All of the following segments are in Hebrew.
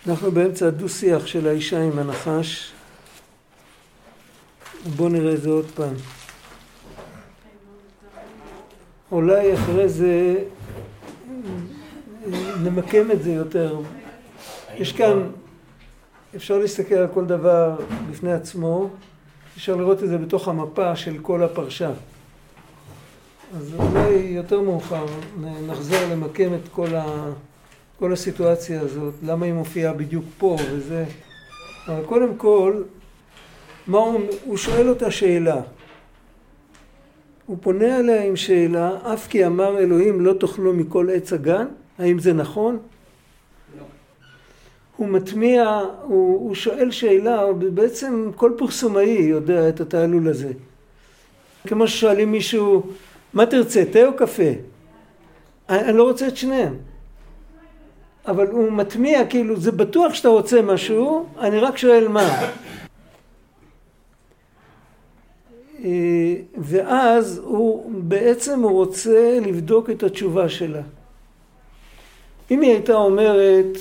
אנחנו באמצע הדו-שיח של האישה עם הנחש. בואו נראה את זה עוד פעם. אולי אחרי זה נמקם את זה יותר. יש כאן, אפשר להסתכל על כל דבר בפני עצמו, אפשר לראות את זה בתוך המפה של כל הפרשה. אז אולי יותר מאוחר נחזור למקם את כל הסיטואציה הזאת, למה היא מופיעה בדיוק פה וזה. אבל קודם כל, הוא שואל אותה שאלה. הוא פונה אליה עם שאלה, אף כי אמר אלוהים לא תאכלו מכל עץ הגן, האם זה נכון? לא. הוא מטמיע, הוא שואל שאלה, בעצם כל פרסומאי יודע את התעלול הזה. כמו ששואלים מישהו, מה תרצה, תה או קפה? אני לא רוצה את שניהם. אבל הוא מטמיע, כאילו, זה בטוח שאתה רוצה משהו, אני רק שואל מה. ואז בעצם הוא רוצה לבדוק את התשובה שלה. אם היא הייתה אומרת,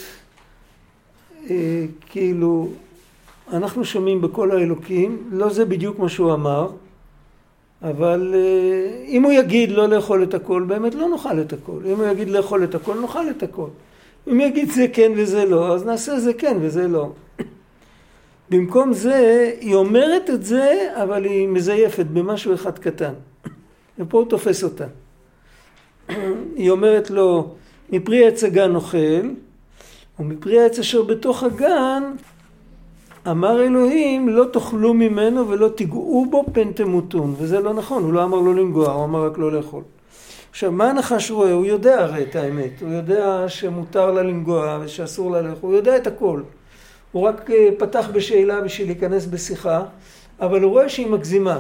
כאילו, אנחנו שומעים בכל האלוקים, לא זה בדיוק מה שהוא אמר, אבל אם הוא יגיד לא לאכול את הכל, באמת לא נאכל את הכל. אם הוא יגיד לאכול את הכל, נאכל את הכל. אם יגיד זה כן וזה לא, אז נעשה זה כן וזה לא. במקום זה, היא אומרת את זה, אבל היא מזייפת במשהו אחד קטן. ופה הוא תופס אותה. היא אומרת לו, מפרי עץ הגן אוכל, ומפרי העץ אשר בתוך הגן, אמר אלוהים, לא תאכלו ממנו ולא תיגעו בו פן תמותון. וזה לא נכון, הוא לא אמר לא לנגוע, הוא אמר רק לא לאכול. עכשיו, מה הנחש רואה? הוא יודע הרי את האמת. הוא יודע שמותר לה לנגוע ושאסור לה לאכול. הוא יודע את הכל. הוא רק פתח בשאלה בשביל להיכנס בשיחה, אבל הוא רואה שהיא מגזימה.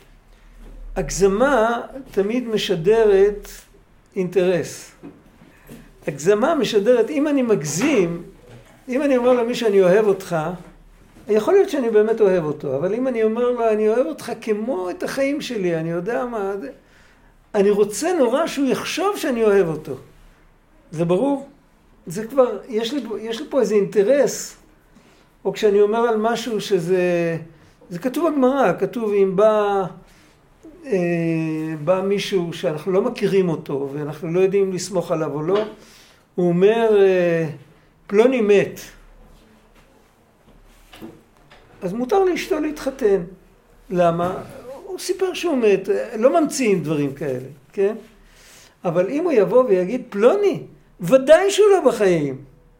הגזמה תמיד משדרת אינטרס. הגזמה משדרת, אם אני מגזים, אם אני אומר למי שאני אוהב אותך, יכול להיות שאני באמת אוהב אותו, אבל אם אני אומר לו, אני אוהב אותך כמו את החיים שלי, אני יודע מה, אני רוצה נורא שהוא יחשוב שאני אוהב אותו. זה ברור? זה כבר, יש לי פה איזה אינטרס, או כשאני אומר על משהו שזה, זה כתוב בגמרא, כתוב אם בא מישהו שאנחנו לא מכירים אותו, ואנחנו לא יודעים לסמוך עליו או לא, הוא אומר, פלוני מת. אז מותר לאשתו להתחתן. למה? הוא סיפר שהוא מת, לא ממציאים דברים כאלה, כן? אבל אם הוא יבוא ויגיד, פלוני, ודאי שהוא לא בחיים.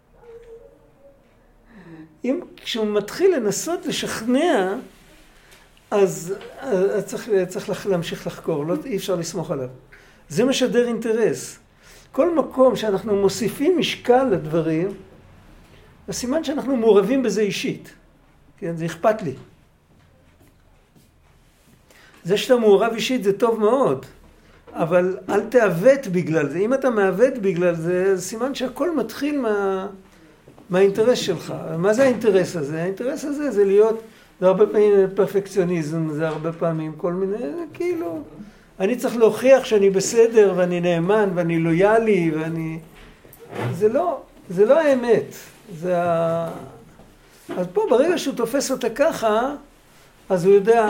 כשהוא מתחיל לנסות לשכנע, אז צריך להמשיך לחקור, אי אפשר לסמוך עליו. זה משדר אינטרס. כל מקום שאנחנו מוסיפים משקל לדברים, הסימן שאנחנו מעורבים בזה אישית. כן, זה אכפת לי. זה שאתה מעורב אישית זה טוב מאוד, אבל אל תעוות בגלל זה. אם אתה מעוות בגלל זה, זה סימן שהכל מתחיל מהאינטרס שלך. מה זה האינטרס הזה? האינטרס הזה זה להיות, זה הרבה פעמים פרפקציוניזם, זה הרבה פעמים כל מיני, כאילו, אני צריך להוכיח שאני בסדר ואני נאמן ואני לויאלי ואני, זה לא האמת. אז פה ברגע שהוא תופס אותה ככה, אז הוא יודע,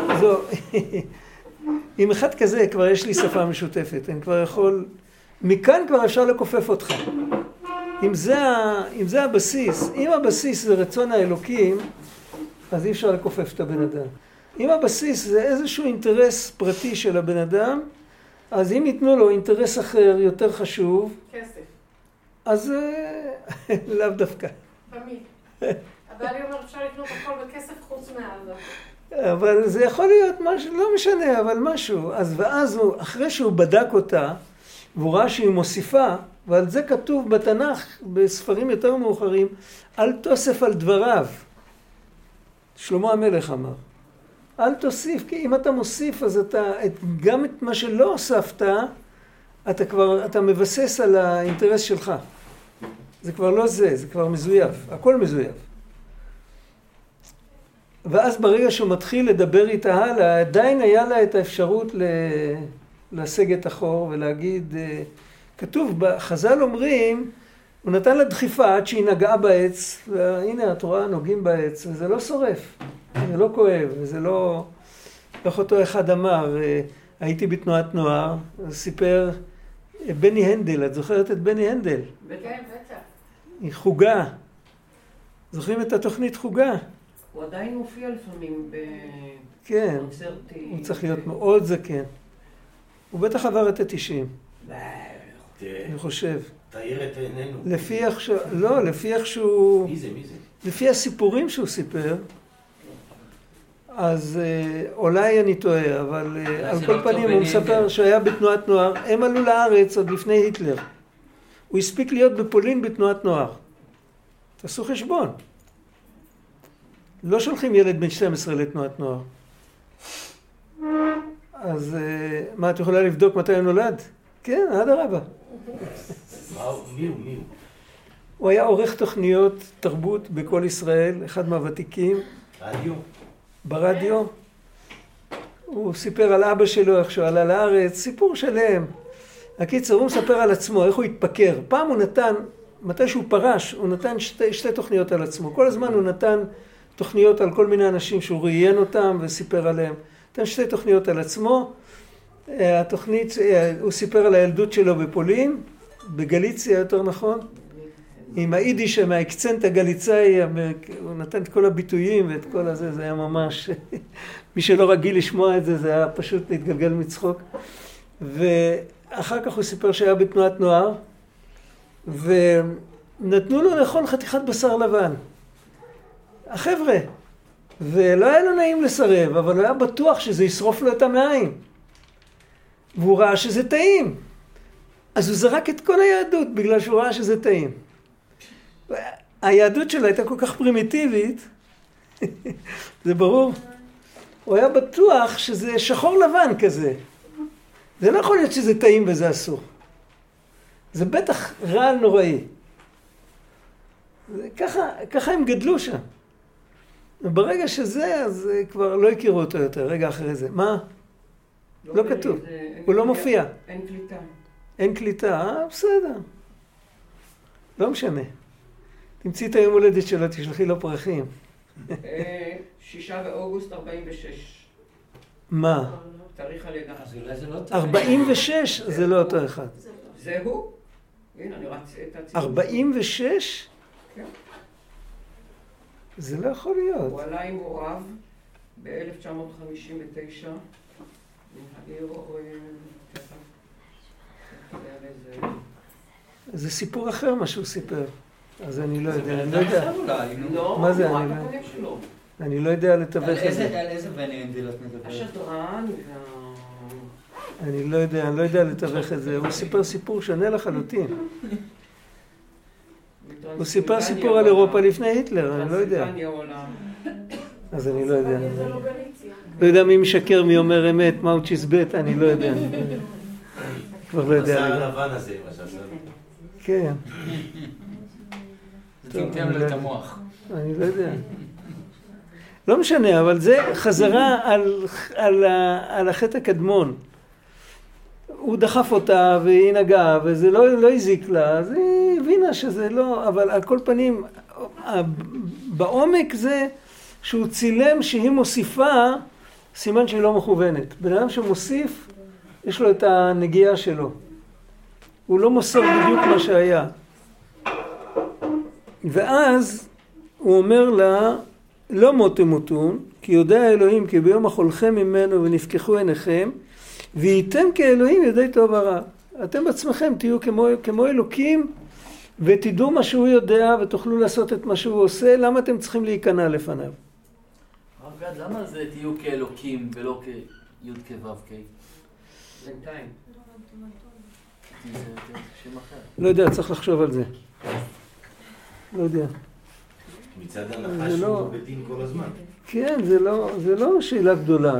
עם אחד כזה כבר יש לי שפה משותפת, אני כבר יכול, מכאן כבר אפשר לקופף אותך. אם זה הבסיס, אם הבסיס זה רצון האלוקים, אז אי אפשר לקופף את הבן אדם. אם הבסיס זה איזשהו אינטרס פרטי של הבן אדם, אז אם ייתנו לו אינטרס אחר יותר חשוב, כסף. אז לאו דווקא. תמיד. הבעלי אומר אפשר לקנות הכל בכסף חוץ מהאהבה. אבל זה יכול להיות משהו, לא משנה, אבל משהו. ואז אחרי שהוא בדק אותה, והוא ראה שהיא מוסיפה, ועל זה כתוב בתנ"ך, בספרים יותר מאוחרים, אל תוסף על דבריו. שלמה המלך אמר. אל תוסיף, כי אם אתה מוסיף, אז גם את מה שלא הוספת, אתה מבסס על האינטרס שלך. זה כבר לא זה כבר מזויף, הכל מזויף. ואז ברגע שהוא מתחיל לדבר איתה הלאה, עדיין היה לה את האפשרות לסגת אחור ולהגיד, כתוב, חז"ל אומרים הוא נתן לה דחיפה עד שהיא נגעה בעץ, והנה את רואה, נוגעים בעץ, וזה לא שורף, זה לא כואב, וזה לא... איך אותו אחד אמר, הייתי בתנועת נוער, סיפר בני הנדל, את זוכרת את בני הנדל? כן, בטח. היא חוגה. זוכרים את התוכנית חוגה? הוא עדיין מופיע לפעמים כן, בקונצרטים. הוא צריך להיות מאוד זקן. הוא בטח עבר את ה-90. אני חושב. תאיר את עינינו. לפי איך שהוא... מי זה? לפי הסיפורים שהוא סיפר, אז אולי אני טועה, אבל על כל פנים הוא מספר שהיה בתנועת נוער, הם עלו לארץ עוד לפני היטלר. הוא הספיק להיות בפולין בתנועת נוער. תעשו חשבון. לא שולחים ילד בן 12 לתנועת נוער. אז מה, את יכולה לבדוק מתי הוא נולד? כן, עד הרבה. מי הוא? הוא היה עורך תוכניות תרבות בכל ישראל, אחד מהוותיקים. רדיו? ברדיו. הוא סיפר על אבא שלו, איך שהוא עלה לארץ, סיפור שלם. הקיצר, הוא מספר על עצמו, איך הוא התפקר. פעם הוא נתן, מתי שהוא פרש, הוא נתן שתי תוכניות על עצמו. כל הזמן הוא נתן תוכניות על כל מיני אנשים שהוא ראיין אותם וסיפר עליהם. נתן 2 תוכניות על עצמו. התוכנית, הוא סיפר על הילדות שלו בפולין, בגליציה יותר נכון, עם היידיש, מהאקצנט הגליצאי, הוא נתן את כל הביטויים ואת כל הזה, זה היה ממש, מי שלא רגיל לשמוע את זה, זה היה פשוט להתגלגל מצחוק. ואחר כך הוא סיפר שהיה בתנועת נוער, ונתנו לו לאכול חתיכת בשר לבן. החבר'ה, ולא היה לו נעים לסרב, אבל הוא היה בטוח שזה ישרוף לו את המעיים. והוא ראה שזה טעים. אז הוא זרק את כל היהדות בגלל שהוא ראה שזה טעים. היהדות שלו הייתה כל כך פרימיטיבית, זה ברור. הוא היה בטוח שזה שחור לבן כזה. זה לא יכול להיות שזה טעים וזה אסור. זה בטח רעל נוראי. ככה הם גדלו שם. וברגע שזה, אז כבר לא הכירו אותו יותר, רגע אחרי זה. מה? לא כתוב. הוא לא מופיע. אין קליטה. אין קליטה, בסדר. לא משנה. תמצאי את היום הולדת שלו, תשלחי לו פרחים. 6 באוגוסט 46. מה? תאריך הלידה. אז אולי זה לא טוב. 46? זה לא אותו אחד. זהו? הנה, אני רץ את הציון. 46? כן. זה לא יכול להיות. הוא עלה עם הוריו ב-1959 מן העיר זה סיפור אחר מה שהוא סיפר. אז אני לא יודע. מה זה? אני לא יודע לתווך את זה. על איזה בני הנדל את מדברת? השדרן אני לא יודע לתווך את זה. הוא סיפר סיפור שונה לחלוטין. הוא סיפר סיפור על אירופה לפני היטלר, אני לא יודע. אז אני לא יודע. לא יודע מי משקר, מי אומר אמת, מהו צ'יזבט, אני לא יודע. כבר לא יודע. מסע הלבן הזה, מה שעשה לו. כן. זה טמטם לו את המוח. אני לא יודע. לא משנה, אבל זה חזרה על החטא הקדמון. הוא דחף אותה והיא נגעה, וזה לא הזיק לה, אז היא הבינה שזה לא, אבל על כל פנים, בעומק זה שהוא צילם שהיא מוסיפה, סימן שהיא לא מכוונת. בן אדם שמוסיף, יש לו את הנגיעה שלו. הוא לא מוסר בדיוק מה שהיה. ואז הוא אומר לה, לא מותם מותון, כי יודע אלוהים, כי ביום אכולכם ממנו ונפקחו עיניכם, וייתם כאלוהים ידי טוב ורע. אתם בעצמכם תהיו כמו אלוקים, ותדעו מה שהוא יודע, ותוכלו לעשות את מה שהוא עושה. למה אתם צריכים להיכנע לפניו? הרב גד, למה זה תהיו כאלוקים ולא כי' כו' כ'? בינתיים. זה שם אחר. לא יודע, צריך לחשוב על זה. לא יודע. מצד הנחש הוא בדין כל הזמן. כן, זה לא שאלה גדולה.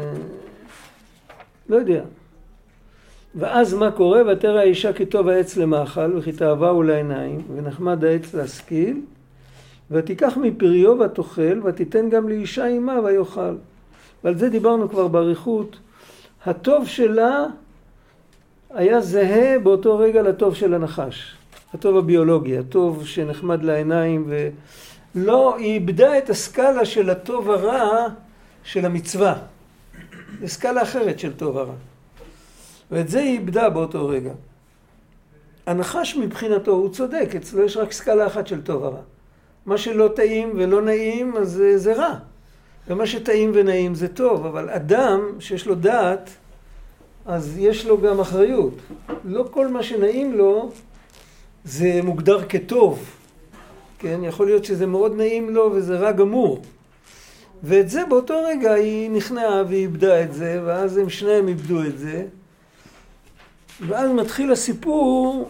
לא יודע. ואז מה קורה? ותרא האישה כי טוב העץ למאכל וכי תאווהו לעיניים ונחמד העץ להשכיל ותיקח מפריו ותאכל ותיתן גם לאישה עמה ויאכל. ועל זה דיברנו כבר באריכות. הטוב שלה היה זהה באותו רגע לטוב של הנחש. הטוב הביולוגי, הטוב שנחמד לעיניים, ולא, היא איבדה את הסקאלה של הטוב הרע של המצווה. זו סקאלה אחרת של טוב הרע. ואת זה היא איבדה באותו רגע. הנחש מבחינתו הוא צודק, אצלו יש רק סקאלה אחת של טוב הרע. מה שלא טעים ולא נעים, אז זה רע. ומה שטעים ונעים זה טוב, אבל אדם שיש לו דעת, אז יש לו גם אחריות. לא כל מה שנעים לו זה מוגדר כטוב. כן? יכול להיות שזה מאוד נעים לו וזה רע גמור. ואת זה באותו רגע היא נכנעה והיא איבדה את זה, ואז הם שניהם איבדו את זה. ואז מתחיל הסיפור,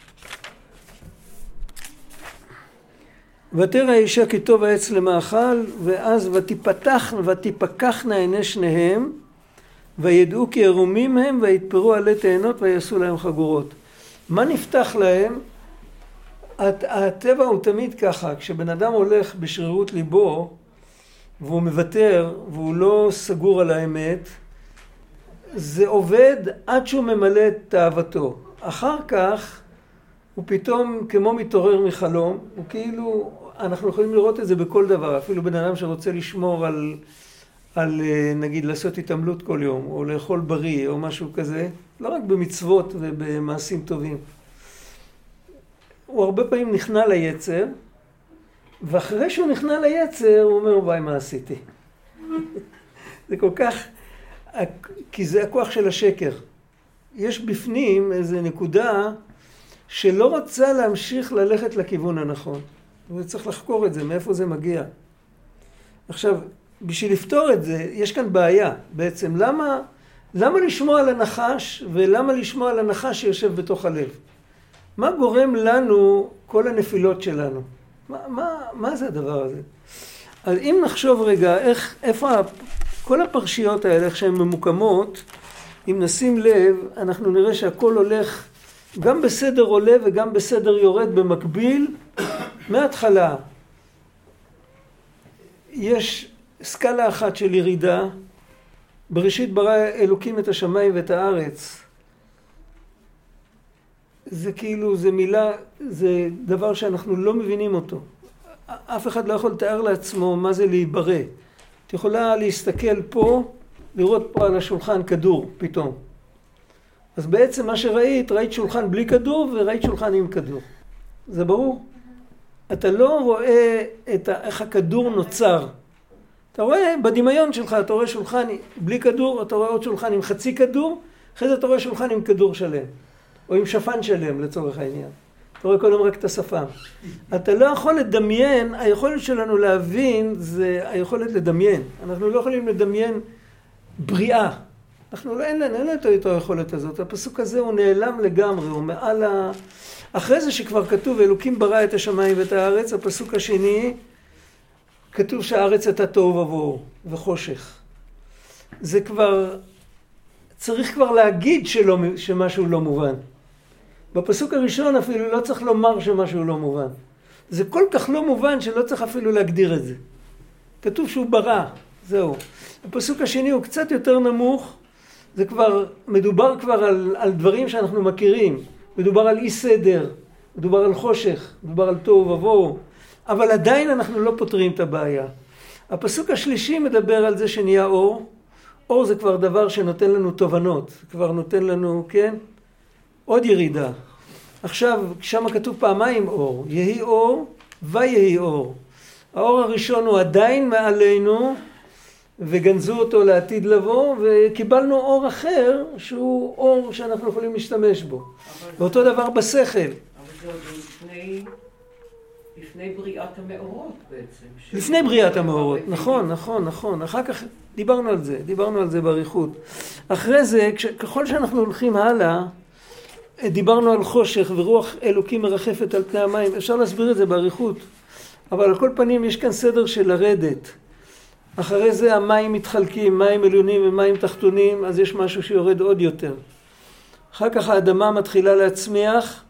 ותרא האישה כי טוב העץ למאכל, ואז ותפקחנה עיני שניהם, וידעו כי ערומים הם, ויתפרו עלי תאנות, ויעשו להם חגורות. מה נפתח להם? הטבע הוא תמיד ככה, כשבן אדם הולך בשרירות ליבו, והוא מוותר, והוא לא סגור על האמת, זה עובד עד שהוא ממלא את תאוותו. אחר כך, הוא פתאום כמו מתעורר מחלום, הוא כאילו, אנחנו יכולים לראות את זה בכל דבר, אפילו בן אדם שרוצה לשמור על נגיד לעשות התעמלות כל יום, או לאכול בריא, או משהו כזה, לא רק במצוות ובמעשים טובים. הוא הרבה פעמים נכנע ליצר, ואחרי שהוא נכנע ליצר, הוא אומר, וואי, מה עשיתי? זה כל כך, כי זה הכוח של השקר. יש בפנים איזו נקודה שלא רוצה להמשיך ללכת לכיוון הנכון. וצריך לחקור את זה, מאיפה זה מגיע. עכשיו, בשביל לפתור את זה, יש כאן בעיה. בעצם, למה לשמוע על הנחש, ולמה לשמוע על הנחש שיושב בתוך הלב? מה גורם לנו כל הנפילות שלנו? מה זה הדבר הזה? אז אם נחשוב רגע, איפה כל הפרשיות האלה, איך שהן ממוקמות, אם נשים לב, אנחנו נראה שהכל הולך גם בסדר עולה וגם בסדר יורד במקביל, מההתחלה. יש סקאלה אחת של ירידה, בראשית ברא אלוקים את השמיים ואת הארץ. זה כאילו, זה מילה, זה דבר שאנחנו לא מבינים אותו. אף אחד לא יכול לתאר לעצמו מה זה להיברא. את יכולה להסתכל פה, לראות פה על השולחן כדור, פתאום. אז בעצם מה שראית, ראית שולחן בלי כדור וראית שולחן עם כדור. זה ברור? אתה לא רואה איך הכדור נוצר. אתה רואה בדמיון שלך, אתה רואה שולחן בלי כדור, אתה רואה עוד שולחן עם חצי כדור, אחרי זה אתה רואה שולחן עם כדור שלם. או עם שפן שלם לצורך העניין. אתה רואה קודם רק את השפם. אתה לא יכול לדמיין, היכולת שלנו להבין זה היכולת לדמיין. אנחנו לא יכולים לדמיין בריאה. אין לנו את היכולת הזאת. הפסוק הזה הוא נעלם לגמרי, הוא מעל אחרי זה שכבר כתוב, אלוקים ברא את השמיים ואת הארץ, הפסוק השני, כתוב שהארץ הייתה תוהו ובוהו וחושך. זה כבר, צריך כבר להגיד שמשהו לא מובן. בפסוק הראשון אפילו לא צריך לומר שמשהו לא מובן. זה כל כך לא מובן שלא צריך אפילו להגדיר את זה. כתוב שהוא ברא, זהו. הפסוק השני הוא קצת יותר נמוך, זה כבר, מדובר כבר על דברים שאנחנו מכירים. מדובר על אי סדר, מדובר על חושך, מדובר על תוהו ובוהו, אבל עדיין אנחנו לא פותרים את הבעיה. הפסוק השלישי מדבר על זה שנהיה אור. אור זה כבר דבר שנותן לנו תובנות, כבר נותן לנו, כן? עוד ירידה. עכשיו, שם כתוב פעמיים אור. יהי אור ויהי אור. האור הראשון הוא עדיין מעלינו, וגנזו אותו לעתיד לבוא, וקיבלנו אור אחר, שהוא אור שאנחנו יכולים להשתמש בו. ואותו דבר בשכל. אבל זה עוד לפני בריאת המאורות בעצם. לפני בריאת המאורות, נכון. אחר כך דיברנו על זה באריכות. אחרי זה, ככל שאנחנו הולכים הלאה, דיברנו על חושך ורוח אלוקים מרחפת על פני המים. אפשר להסביר את זה באריכות. אבל על כל פנים יש כאן סדר של לרדת. אחרי זה המים מתחלקים, מים עליונים ומים תחתונים, אז יש משהו שיורד עוד יותר. אחר כך האדמה מתחילה להצמיח,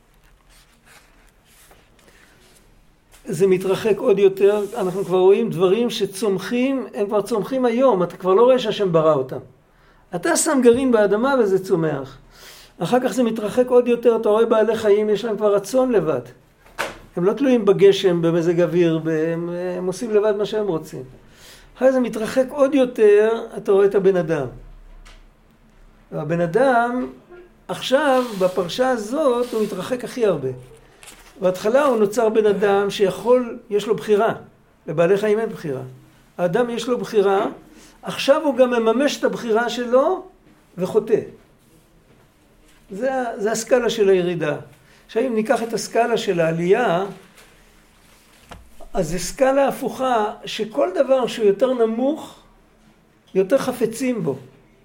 זה מתרחק עוד יותר, אנחנו כבר רואים דברים שצומחים, הם כבר צומחים היום, אתה כבר לא רואה שהשם ברא אותם. אתה שם גרעין באדמה וזה צומח. אחר כך זה מתרחק עוד יותר, אתה רואה בעלי חיים, יש להם כבר רצון לבד. הם לא תלויים בגשם, במזג אוויר, הם עושים לבד מה שהם רוצים. אחרי זה מתרחק עוד יותר, אתה רואה את הבן אדם. והבן אדם, עכשיו, בפרשה הזאת, הוא מתרחק הכי הרבה. בהתחלה הוא נוצר בן אדם שיכול, יש לו בחירה. לבעלי חיים אין בחירה. האדם יש לו בחירה, עכשיו הוא גם מממש את הבחירה שלו וחוטא. זה הסקאלה של הירידה. עכשיו אם ניקח את הסקאלה של העלייה, אז זה סקאלה הפוכה שכל דבר שהוא יותר נמוך, יותר חפצים בו.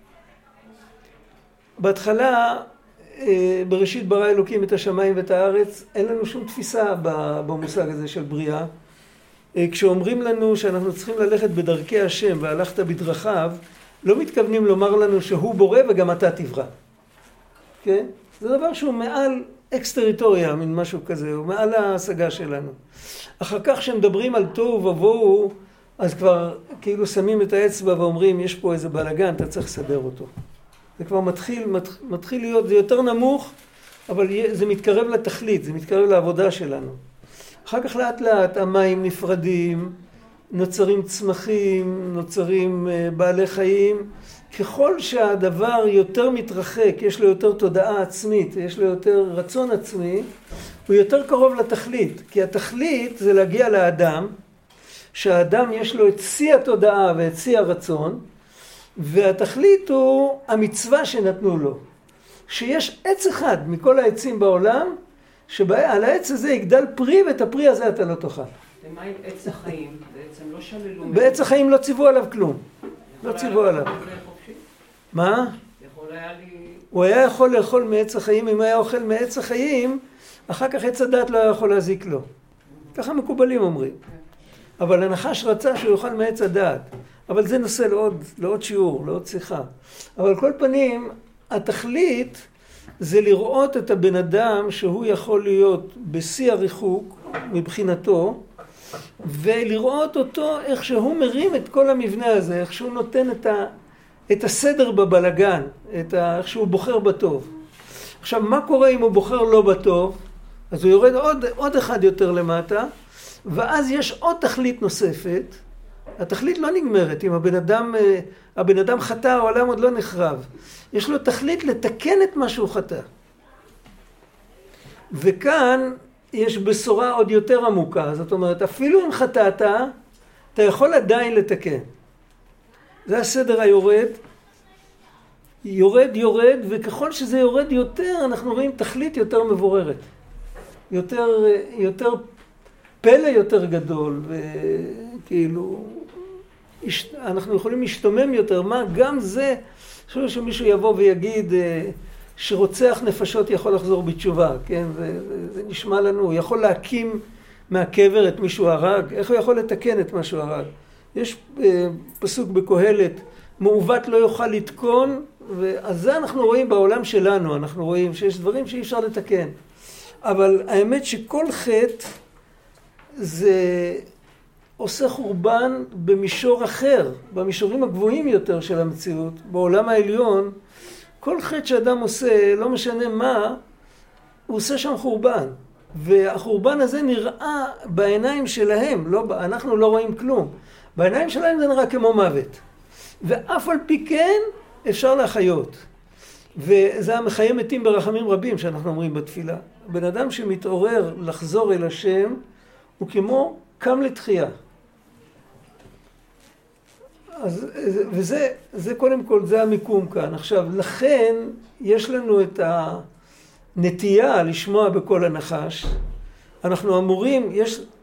בהתחלה, בראשית ברא אלוקים את השמיים ואת הארץ, אין לנו שום תפיסה במושג הזה של בריאה. כשאומרים לנו שאנחנו צריכים ללכת בדרכי השם והלכת בדרכיו, לא מתכוונים לומר לנו שהוא בורא וגם אתה תברא. כן? זה דבר שהוא מעל אקס-טריטוריה, מן משהו כזה, הוא מעל ההשגה שלנו. אחר כך שמדברים על תוהו ובוהו, אז כבר כאילו שמים את האצבע ואומרים, יש פה איזה בלגן, אתה צריך לסדר אותו. זה כבר מתחיל להיות, זה יותר נמוך, אבל זה מתקרב לתכלית, זה מתקרב לעבודה שלנו. אחר כך לאט לאט המים נפרדים, נוצרים צמחים, נוצרים בעלי חיים. ככל שהדבר יותר מתרחק, יש לו יותר תודעה עצמית, יש לו יותר רצון עצמי, הוא יותר קרוב לתכלית. כי התכלית זה להגיע לאדם, שהאדם יש לו את שיא התודעה ואת שיא הרצון, והתכלית הוא המצווה שנתנו לו. שיש עץ אחד מכל העצים בעולם, שעל העץ הזה יגדל פרי, ואת הפרי הזה אתה לא תאכל. ומה עם עץ החיים? בעצם לא שללו... בעץ החיים לא ציוו עליו כלום. לא ציוו עליו. מה? הוא היה יכול לאכול מעץ החיים, אם היה אוכל מעץ החיים, אחר כך עץ הדת לא היה יכול להזיק לו. ככה מקובלים אומרים. אבל הנחש רצה שהוא יאכל מעץ הדת. אבל זה נושא לעוד שיעור, לעוד שיחה. אבל כל פנים, התכלית זה לראות את הבן אדם שהוא יכול להיות בשיא הריחוק מבחינתו, ולראות אותו איך שהוא מרים את כל המבנה הזה, איך שהוא נותן את הסדר בבלגן, איך שהוא בוחר בטוב. עכשיו, מה קורה אם הוא בוחר לא בטוב? אז הוא יורד עוד אחד יותר למטה, ואז יש עוד תכלית נוספת. התכלית לא נגמרת. אם הבן אדם חטא, העולם עוד לא נחרב. יש לו תכלית לתקן את מה שהוא חטא. וכאן יש בשורה עוד יותר עמוקה. זאת אומרת, אפילו אם חטאת, אתה יכול עדיין לתקן. זה הסדר היורד. יורד, וככל שזה יורד יותר, אנחנו רואים תכלית יותר מבוררת. יותר פלא יותר גדול, וכאילו, אנחנו יכולים להשתומם יותר. מה? גם זה, שמישהו יבוא ויגיד שרוצח נפשות יכול לחזור בתשובה, כן? זה נשמע לנו, הוא יכול להקים מהקבר את מישהו הרג, איך הוא יכול לתקן את משהו הרג? יש פסוק בקהלת, מעוות לא יוכל לתקון, ואז זה אנחנו רואים בעולם שלנו, אנחנו רואים שיש דברים שאי אפשר לתקן. אבל האמת שכל חטא זה עושה חורבן במישור אחר, במישורים הגבוהים יותר של המציאות, בעולם העליון, כל חטא שאדם עושה, לא משנה מה, הוא עושה שם חורבן. והחורבן הזה נראה בעיניים שלהם, אנחנו לא רואים כלום. בעיניים שלהם זה נראה כמו מוות. ואף על פי כן אפשר להחיות. וזה המחיה מתים ברחמים רבים שאנחנו אומרים בתפילה. בן אדם שמתעורר לחזור אל השם, הוא כמו קם לתחייה. וזה קודם כל, זה המיקום כאן. עכשיו, לכן יש לנו את הנטייה לשמוע בקול הנחש. אנחנו אמורים,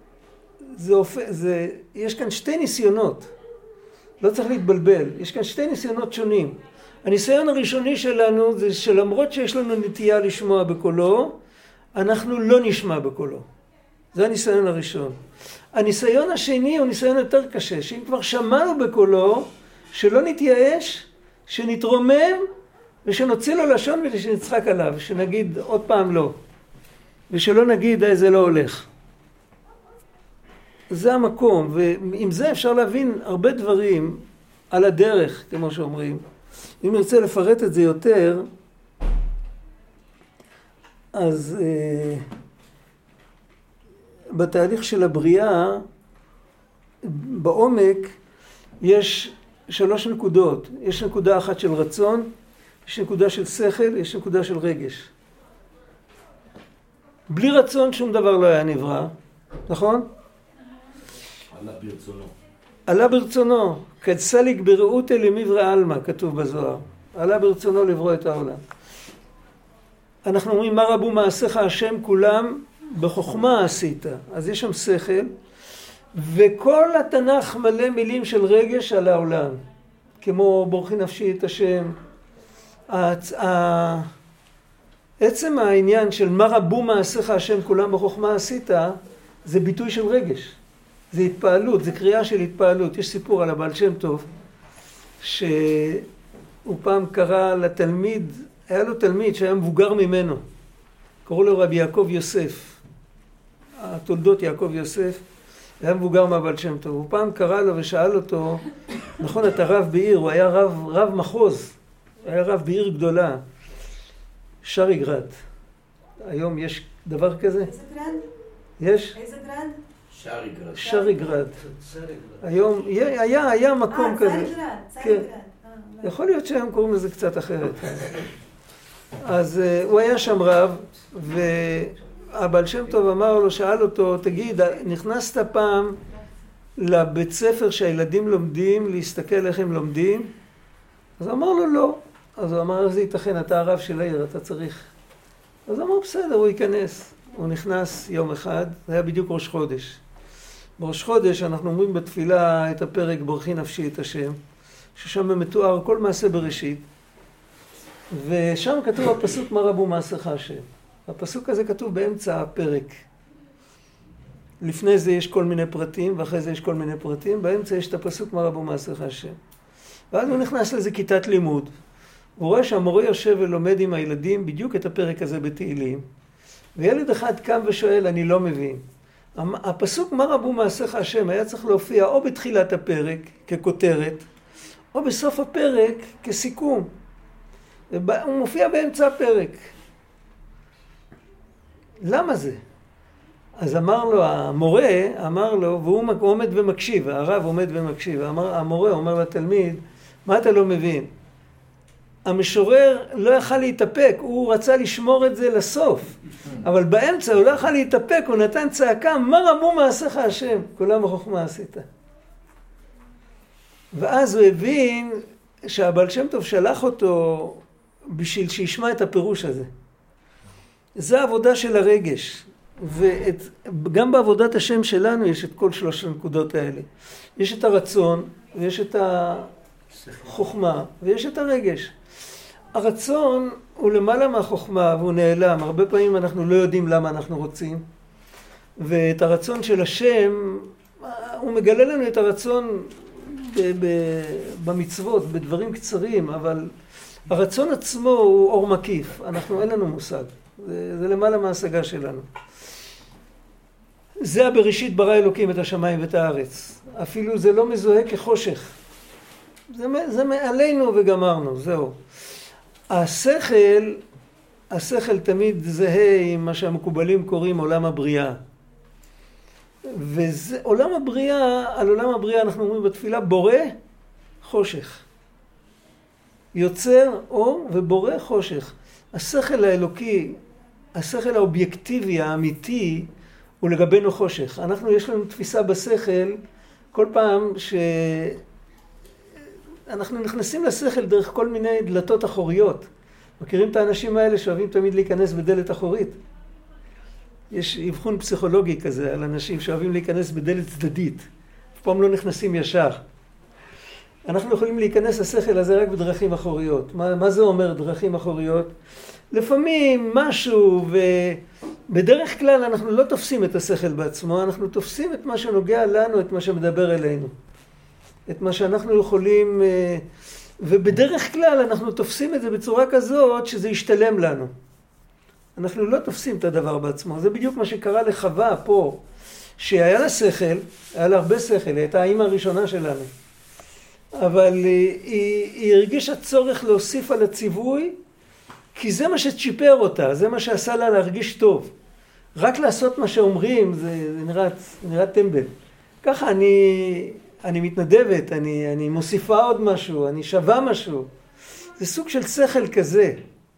יש כאן שתי ניסיונות. לא צריך להתבלבל. יש כאן שתי ניסיונות שונים. הניסיון הראשוני שלנו זה שלמרות שיש לנו נטייה לשמוע בקולו, אנחנו לא נשמע בקולו. זה הניסיון הראשון. הניסיון השני הוא ניסיון יותר קשה, שאם כבר שמענו בקולו, שלא נתייאש, שנתרומם, ושנוציא לו לשון ושנצחק עליו, שנגיד עוד פעם לא. ושלא נגיד, זה לא הולך. זה המקום, ועם זה אפשר להבין הרבה דברים על הדרך, כמו שאומרים. אם נרצה לפרט את זה יותר, אז בתהליך של הבריאה, בעומק, יש 3 נקודות. יש נקודה אחת של רצון, יש נקודה של שכל, יש נקודה של רגש. בלי רצון שום דבר לא היה נברא, נכון? עלה ברצונו. עלה ברצונו, כדסליק בראות אלימיברא עלמא, כתוב בזוהר. עלה ברצונו לברוא את העולם. אנחנו אומרים, מה רבו מעשיך השם כולם בחוכמה עשית. אז יש שם שכל, וכל התנ"ך מלא מילים של רגש על העולם. כמו בורכי נפשי את השם. עצם העניין של מה רבו מעשיך השם כולם בחוכמה עשית, זה ביטוי של רגש. זה התפעלות, זה קריאה של התפעלות. יש סיפור על הבעל שם טוב, שהוא פעם קרא לתלמיד, היה לו תלמיד שהיה מבוגר ממנו. קראו לו רבי יעקב יוסף. התולדות יעקב יוסף. היה מבוגר מהבעל שם טוב. הוא פעם קרא לו ושאל אותו, נכון, אתה רב בעיר, הוא היה רב מחוז. היה רב בעיר גדולה. שריגרד. היום יש דבר כזה? איזה גרד? יש? איזה גרד? שריגרד. שריגרד. היום היה מקום כזה. צייגרד. יכול להיות שהם קוראים לזה קצת אחרת. אז הוא היה שם רב, והבעל שם טוב אמר לו, שאל אותו, תגיד, נכנסת פעם לבית ספר שהילדים לומדים, להסתכל איך הם לומדים? אז אמר לו לא. אז הוא אמר, זה ייתכן, אתה הרב של העיר, אתה צריך. אז אמר, בסדר, הוא ייכנס. הוא נכנס יום אחד, זה היה בדיוק ראש חודש. בראש חודש אנחנו אומרים בתפילה את הפרק בורכי נפשי את השם, ששם מתואר כל מעשה בראשית, ושם כתוב הפסוק מה רבו מעשיך השם. הפסוק הזה כתוב באמצע הפרק. לפני זה יש כל מיני פרטים, ואחרי זה יש כל מיני פרטים, באמצע יש את הפסוק מה רבו מעשיך השם. ואז הוא נכנס לזה כיתת לימוד, הוא רואה שהמורה יושב ולומד עם הילדים בדיוק את הפרק הזה בתהילים, וילד אחד קם ושואל, אני לא מבין. הפסוק מה רבו מעשיך השם היה צריך להופיע או בתחילת הפרק ככותרת, או בסוף הפרק כסיכום. הוא מופיע באמצע הפרק. למה זה? אז אמר לו, המורה אמר לו, והוא עומד ומקשיב, הרב עומד ומקשיב, המורה אומר לתלמיד, מה אתה לא מבין? המשורר לא יכל להתאפק, הוא רצה לשמור את זה לסוף, אבל באמצע הוא לא יכל להתאפק, הוא נתן צעקה, מה רבו מעשיך השם? כולם בחוכמה עשית. ואז הוא הבין שהבעל שם טוב שלח אותו בשביל שישמע את הפירוש הזה. זה העבודה של הרגש, וגם בעבודת השם שלנו יש את כל 3 הנקודות האלה. יש את הרצון, ויש את החוכמה, ויש את הרגש. הרצון הוא למעלה מהחוכמה והוא נעלם. הרבה פעמים אנחנו לא יודעים למה אנחנו רוצים. ואת הרצון של השם, הוא מגלה לנו את הרצון במצוות, בדברים קצרים, אבל הרצון עצמו הוא אור מקיף. אין לנו מושג. זה למעלה מההשגה שלנו. זה הבראשית ברא אלוקים את השמיים ואת הארץ. אפילו זה לא מזוהה כחושך. זה מעלינו וגמרנו, זהו. השכל תמיד זהה עם מה שהמקובלים קוראים עולם הבריאה. ועולם הבריאה, על עולם הבריאה אנחנו אומרים בתפילה, בורא חושך. יוצר אור ובורא חושך. השכל האלוקי, השכל האובייקטיבי, האמיתי, הוא לגבינו חושך. יש לנו תפיסה בשכל, כל פעם אנחנו נכנסים לשכל דרך כל מיני דלתות אחוריות. מכירים את האנשים האלה שאוהבים תמיד להיכנס בדלת אחורית? יש אבחון פסיכולוגי כזה על אנשים שאוהבים להיכנס בדלת צדדית. אף פעם לא נכנסים ישר. אנחנו יכולים להיכנס לשכל הזה רק בדרכים אחוריות. מה זה אומר דרכים אחוריות? לפעמים משהו, ובדרך כלל אנחנו לא תופסים את השכל בעצמו, אנחנו תופסים את מה שנוגע לנו, את מה שמדבר אלינו. את מה שאנחנו יכולים, ובדרך כלל אנחנו תופסים את זה בצורה כזאת שזה ישתלם לנו. אנחנו לא תופסים את הדבר בעצמו. זה בדיוק מה שקרה לחווה פה, שהיה לה שכל, היה לה הרבה שכל, היא הייתה האמא הראשונה שלנו. אבל היא הרגישה צורך להוסיף על הציווי, כי זה מה שצ'יפר אותה, זה מה שעשה לה להרגיש טוב. רק לעשות מה שאומרים, זה נראה טמבל. ככה אני מתנדבת, אני מוסיפה עוד משהו, אני שווה משהו. זה סוג של שכל כזה.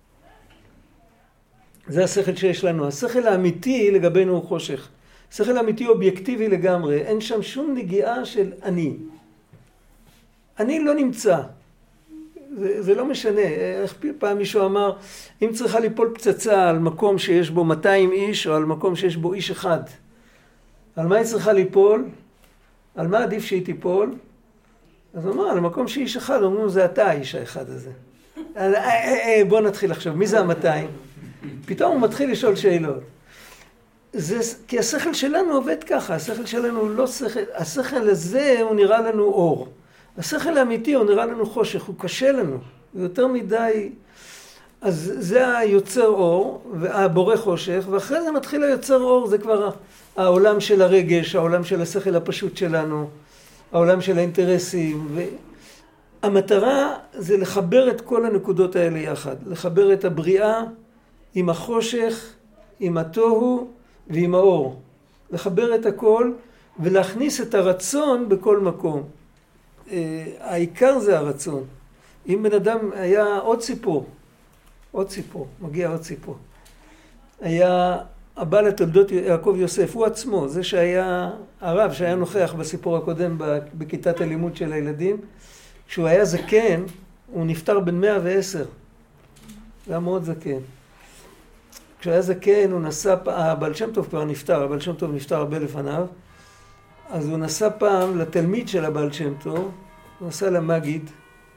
זה השכל שיש לנו. השכל האמיתי לגבינו הוא חושך. השכל האמיתי אובייקטיבי לגמרי. אין שם שום נגיעה של אני. אני לא נמצא. זה לא משנה. איך פעם מישהו אמר, אם צריכה ליפול פצצה על מקום שיש בו 200 איש, או על מקום שיש בו איש אחד, על מה היא צריכה ליפול? על מה עדיף שהיא תיפול? אז הוא אמר, על מקום שאיש אחד, אומרים, זה אתה האיש האחד הזה. בוא נתחיל עכשיו, מי זה ה-200? פתאום הוא מתחיל לשאול שאלות. כי השכל שלנו עובד ככה, השכל שלנו הוא לא שכל, השכל הזה הוא נראה לנו אור. השכל האמיתי הוא נראה לנו חושך, הוא קשה לנו, הוא יותר מדי. אז זה היוצר אור, והבורא חושך, ואחרי זה מתחיל היוצר אור, זה כבר העולם של הרגש, העולם של השכל הפשוט שלנו, העולם של האינטרסים. והמטרה זה לחבר את כל הנקודות האלה יחד, לחבר את הבריאה עם החושך, עם התוהו ועם האור. לחבר את הכל ולהכניס את הרצון בכל מקום. העיקר זה הרצון. אם בן אדם היה עוד סיפור, מגיע עוד סיפור. היה הבעל התולדות יעקב יוסף, הוא עצמו, זה שהיה הרב, שהיה נוכח בסיפור הקודם בכיתת הלימוד של הילדים, כשהוא היה זקן, הוא נפטר בן 110. זה היה מאוד זקן. כשהוא היה זקן, הוא נסע, הבעל שם טוב כבר נפטר, הבעל שם טוב נפטר הרבה לפניו, אז הוא נסע פעם לתלמיד של הבעל שם טוב, הוא נסע למגיד,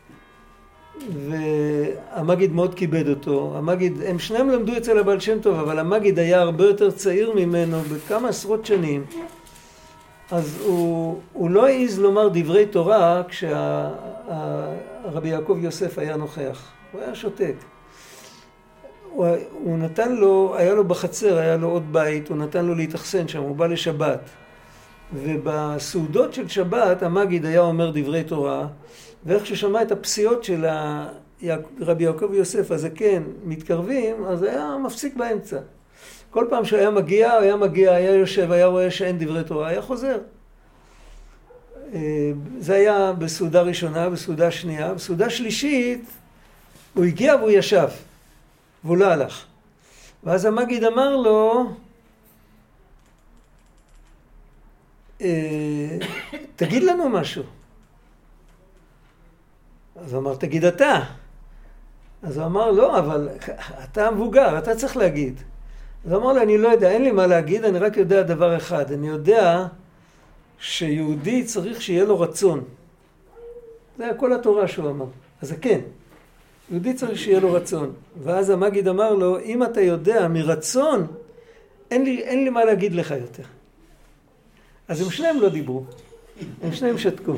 והמגיד מאוד כיבד אותו. המגיד, הם שניהם למדו אצל הבעל שם טוב, אבל המגיד היה הרבה יותר צעיר ממנו בכמה עשרות שנים. אז הוא לא העז לומר דברי תורה כשהרבי יעקב יוסף היה נוכח. הוא היה שותק. הוא נתן לו, היה לו בחצר, היה לו עוד בית, הוא נתן לו להתאכסן שם, הוא בא לשבת. ובסעודות של שבת המגיד היה אומר דברי תורה, ואיך ששמע את הפסיעות של רבי יעקב יוסף, אז כן, מתקרבים, אז היה מפסיק באמצע. כל פעם שהיה מגיע, היה יושב, היה רואה שאין דברי תורה, היה חוזר. זה היה בסעודה ראשונה, בסעודה שנייה. בסעודה שלישית, הוא הגיע והוא ישב, והוא לא הלך. ואז המגיד אמר לו, תגיד לנו משהו. אז הוא אמר, תגיד אתה. אז הוא אמר, לא, אבל אתה מבוגר, אתה צריך להגיד. אז הוא אמר לו, אני לא יודע, אין לי מה להגיד, אני רק יודע דבר אחד. אני יודע שיהודי צריך שיהיה לו רצון. זה היה כל התורה שהוא אמר. אז זה כן. יהודי צריך שיהיה לו רצון. ואז המגיד אמר לו, אם אתה יודע מרצון, אין לי מה להגיד לך יותר. אז הם שניהם לא דיברו. הם שניהם שתקו.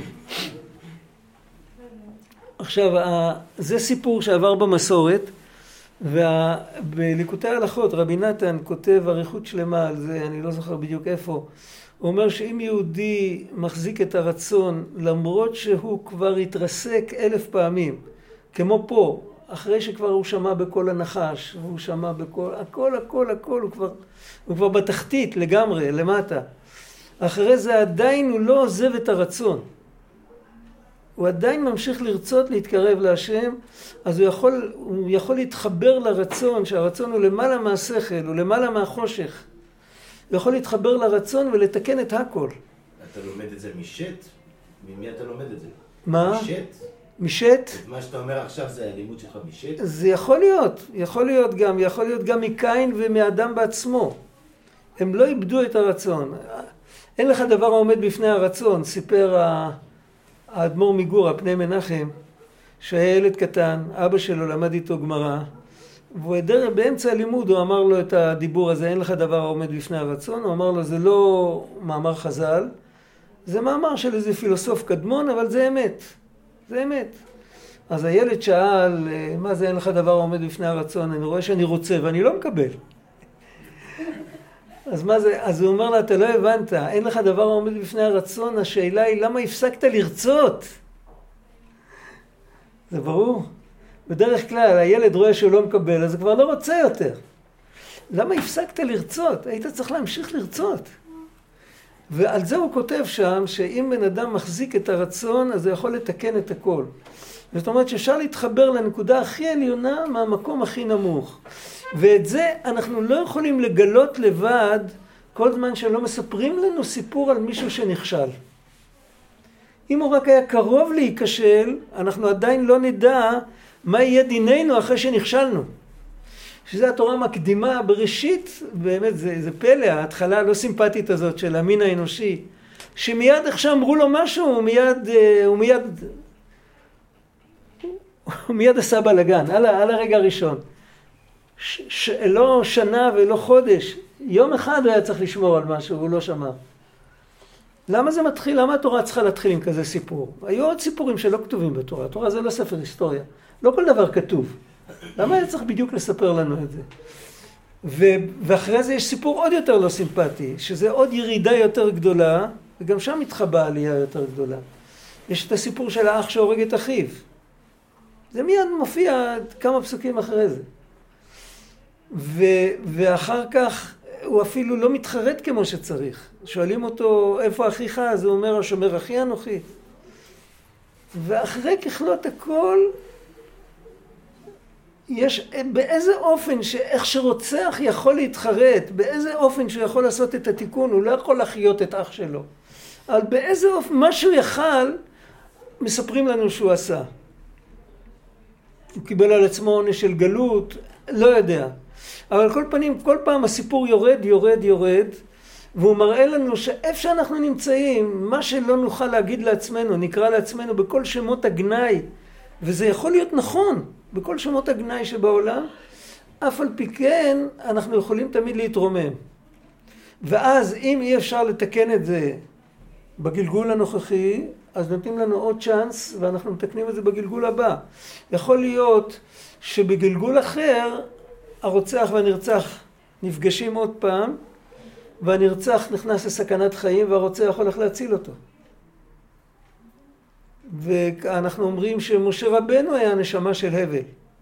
עכשיו, זה סיפור שעבר במסורת, ובליקוטי ההלכות רבי נתן כותב אריכות שלמה על זה, אני לא זוכר בדיוק איפה. הוא אומר שאם יהודי מחזיק את הרצון, למרות שהוא כבר התרסק 1000 פעמים, כמו פה, אחרי שכבר הוא שמע בכל הנחש, הוא שמע בכל, הכל, הוא כבר בתחתית לגמרי, למטה. אחרי זה עדיין הוא לא עוזב את הרצון. הוא עדיין ממשיך לרצות להתקרב להשם, אז הוא יכול להתחבר לרצון, שהרצון הוא למעלה מהשכל, הוא למעלה מהחושך. הוא יכול להתחבר לרצון ולתקן את הכל. אתה לומד את זה משט? ממי אתה לומד את זה? מה? משט? משט? את מה שאתה אומר עכשיו זה הלימוד שלך משט? זה יכול להיות גם מקין ומאדם בעצמו. הם לא איבדו את הרצון. אין לך דבר העומד בפני הרצון, סיפר האדמו"ר מגור, פני מנחם, שהיה ילד קטן, אבא שלו למד איתו גמרא, באמצע הלימוד הוא אמר לו את הדיבור הזה, אין לך דבר העומד בפני הרצון, הוא אמר לו, זה לא מאמר חז"ל, זה מאמר של איזה פילוסוף קדמון, אבל זה אמת, זה אמת. אז הילד שאל, מה זה אין לך דבר העומד בפני הרצון? אני רואה שאני רוצה ואני לא מקבל. אז מה זה? אז הוא אומר לה, אתה לא הבנת, אין לך דבר העומד בפני הרצון, השאלה היא למה הפסקת לרצות? זה ברור. בדרך כלל הילד רואה שהוא לא מקבל, אז הוא כבר לא רוצה יותר. למה הפסקת לרצות? היית צריך להמשיך לרצות. ועל זה הוא כותב שם, שאם בן אדם מחזיק את הרצון, אז הוא יכול לתקן את הכל. זאת אומרת שאפשר להתחבר לנקודה הכי עליונה מהמקום הכי נמוך. ואת זה אנחנו לא יכולים לגלות לבד כל זמן שלא מספרים לנו סיפור על מישהו שנכשל. אם הוא רק היה קרוב להיכשל, אנחנו עדיין לא נדע מה יהיה דיננו אחרי שנכשלנו. שזה התורה מקדימה בראשית, באמת זה פלא, ההתחלה הלא סימפטית הזאת של המין האנושי, שמיד איך שאמרו לו משהו, הוא מיד עשה בלגן, על הרגע הראשון. לא שנה ולא חודש, יום אחד הוא היה צריך לשמור על משהו, הוא לא שמע. למה זה מתחיל? למה התורה צריכה להתחיל עם כזה סיפור? היו עוד סיפורים שלא כתובים בתורה. התורה זה לא ספר היסטוריה. לא כל דבר כתוב. למה היה צריך בדיוק לספר לנו את זה? ואחרי זה יש סיפור עוד יותר לא סימפטי, שזה עוד ירידה יותר גדולה, וגם שם מתחבא עלייה יותר גדולה. יש את הסיפור של האח שהורג את אחיו. זה מיד מופיע כמה פסוקים אחרי זה. ואחר כך הוא אפילו לא מתחרט כמו שצריך. שואלים אותו, איפה אחיך? אז הוא אומר, השומר אחי אנוכי. ואחרי ככלות הכל, יש באיזה אופן שאיך שרוצח יכול להתחרט, באיזה אופן שהוא יכול לעשות את התיקון, הוא לא יכול לחיות את אח שלו. אבל באיזה אופן, מה שהוא יכל, מספרים לנו שהוא עשה. הוא קיבל על עצמו עונש של גלות, לא יודע. אבל כל פנים, כל פעם הסיפור יורד, והוא מראה לנו שאיפה שאנחנו נמצאים, מה שלא נוכל להגיד לעצמנו, נקרא לעצמנו בכל שמות הגנאי, וזה יכול להיות נכון, בכל שמות הגנאי שבעולם, אף על פי כן אנחנו יכולים תמיד להתרומם. ואז אם אי אפשר לתקן את זה בגלגול הנוכחי, אז נותנים לנו עוד צ'אנס, ואנחנו מתקנים את זה בגלגול הבא. יכול להיות שבגלגול אחר, הרוצח והנרצח נפגשים עוד פעם, והנרצח נכנס לסכנת חיים, והרוצח הולך להציל אותו. ואנחנו אומרים שמשה רבנו היה הנשמה של הבל.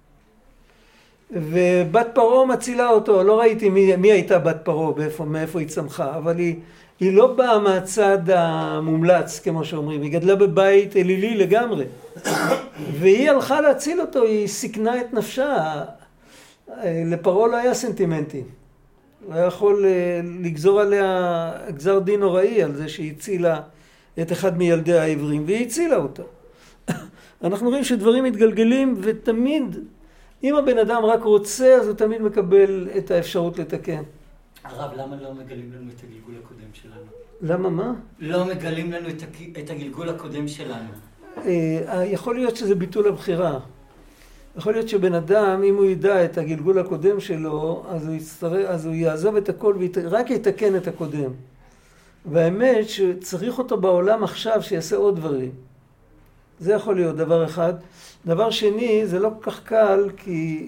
ובת פרעה מצילה אותו, לא ראיתי מי הייתה בת פרעה, מאיפה היא צמחה, אבל היא לא באה מהצד המומלץ, כמו שאומרים, היא גדלה בבית אלילי לגמרי. והיא הלכה להציל אותו, היא סיכנה את נפשה. לפרעה לא היה סנטימנטים. הוא היה יכול לגזור עליה גזר דין נוראי על זה שהיא הצילה את אחד מילדי העברים, והיא הצילה אותו. אנחנו רואים שדברים מתגלגלים, ותמיד, אם הבן אדם רק רוצה, אז הוא תמיד מקבל את האפשרות לתקן. הרב, למה לא מגלים לנו את הגלגול הקודם שלנו? למה מה? לא מגלים לנו את הגלגול הקודם שלנו. יכול להיות שזה ביטול הבחירה. יכול להיות שבן אדם, אם הוא ידע את הגלגול הקודם שלו, אז הוא יעזוב את הכל ורק יתקן את הקודם. והאמת שצריך אותו בעולם עכשיו שיעשה עוד דברים. זה יכול להיות דבר אחד. דבר שני, זה לא כל כך קל, כי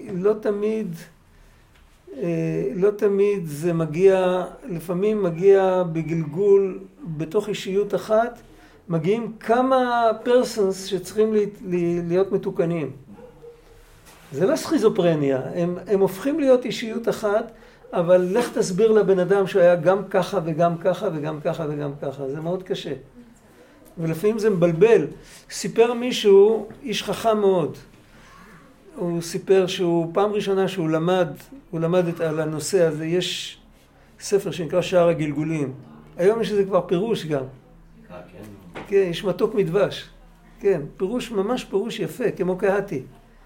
לא תמיד זה מגיע, לפעמים מגיע בגלגול בתוך אישיות אחת, מגיעים כמה פרסונס שצריכים להיות מתוקנים. זה לא סכיזופרניה, הם הופכים להיות אישיות אחת, אבל לך תסביר לבן אדם שהיה גם ככה וגם ככה וגם ככה וגם ככה, זה מאוד קשה. ולפעמים זה מבלבל. סיפר מישהו, איש חכם מאוד, הוא סיפר שהוא פעם ראשונה שהוא למד על הנושא הזה, יש ספר שנקרא שער הגלגולים. היום יש לזה כבר פירוש גם. כן, יש מתוק מדבש. כן, פירוש, ממש פירוש יפה, כמו קהתי.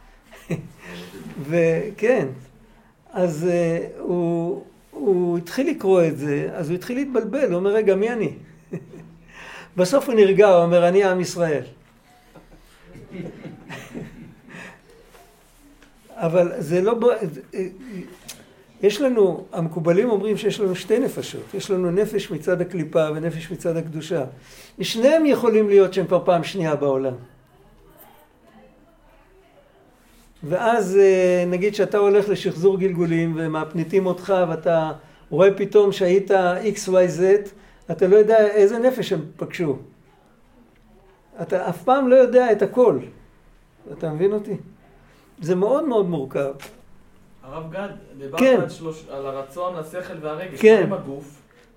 וכן, אז הוא התחיל לקרוא את זה, אז הוא התחיל להתבלבל, הוא אומר, רגע, מי אני? בסוף הוא נרגע, הוא אומר, אני עם ישראל. אבל זה לא... יש לנו, המקובלים אומרים שיש לנו שתי נפשות. יש לנו נפש מצד הקליפה ונפש מצד הקדושה. שניהם יכולים להיות שהם כבר פעם שנייה בעולם. ואז נגיד שאתה הולך לשחזור גלגולים ומפניתים אותך ואתה רואה פתאום שהיית XYZ, אתה לא יודע איזה נפש הם פגשו. אתה אף פעם לא יודע את הכל. אתה מבין אותי? זה מאוד מאוד מורכב. הרב גד, דיברת כן. על הרצון, השכל והרגש, כן. מה עם הגוף?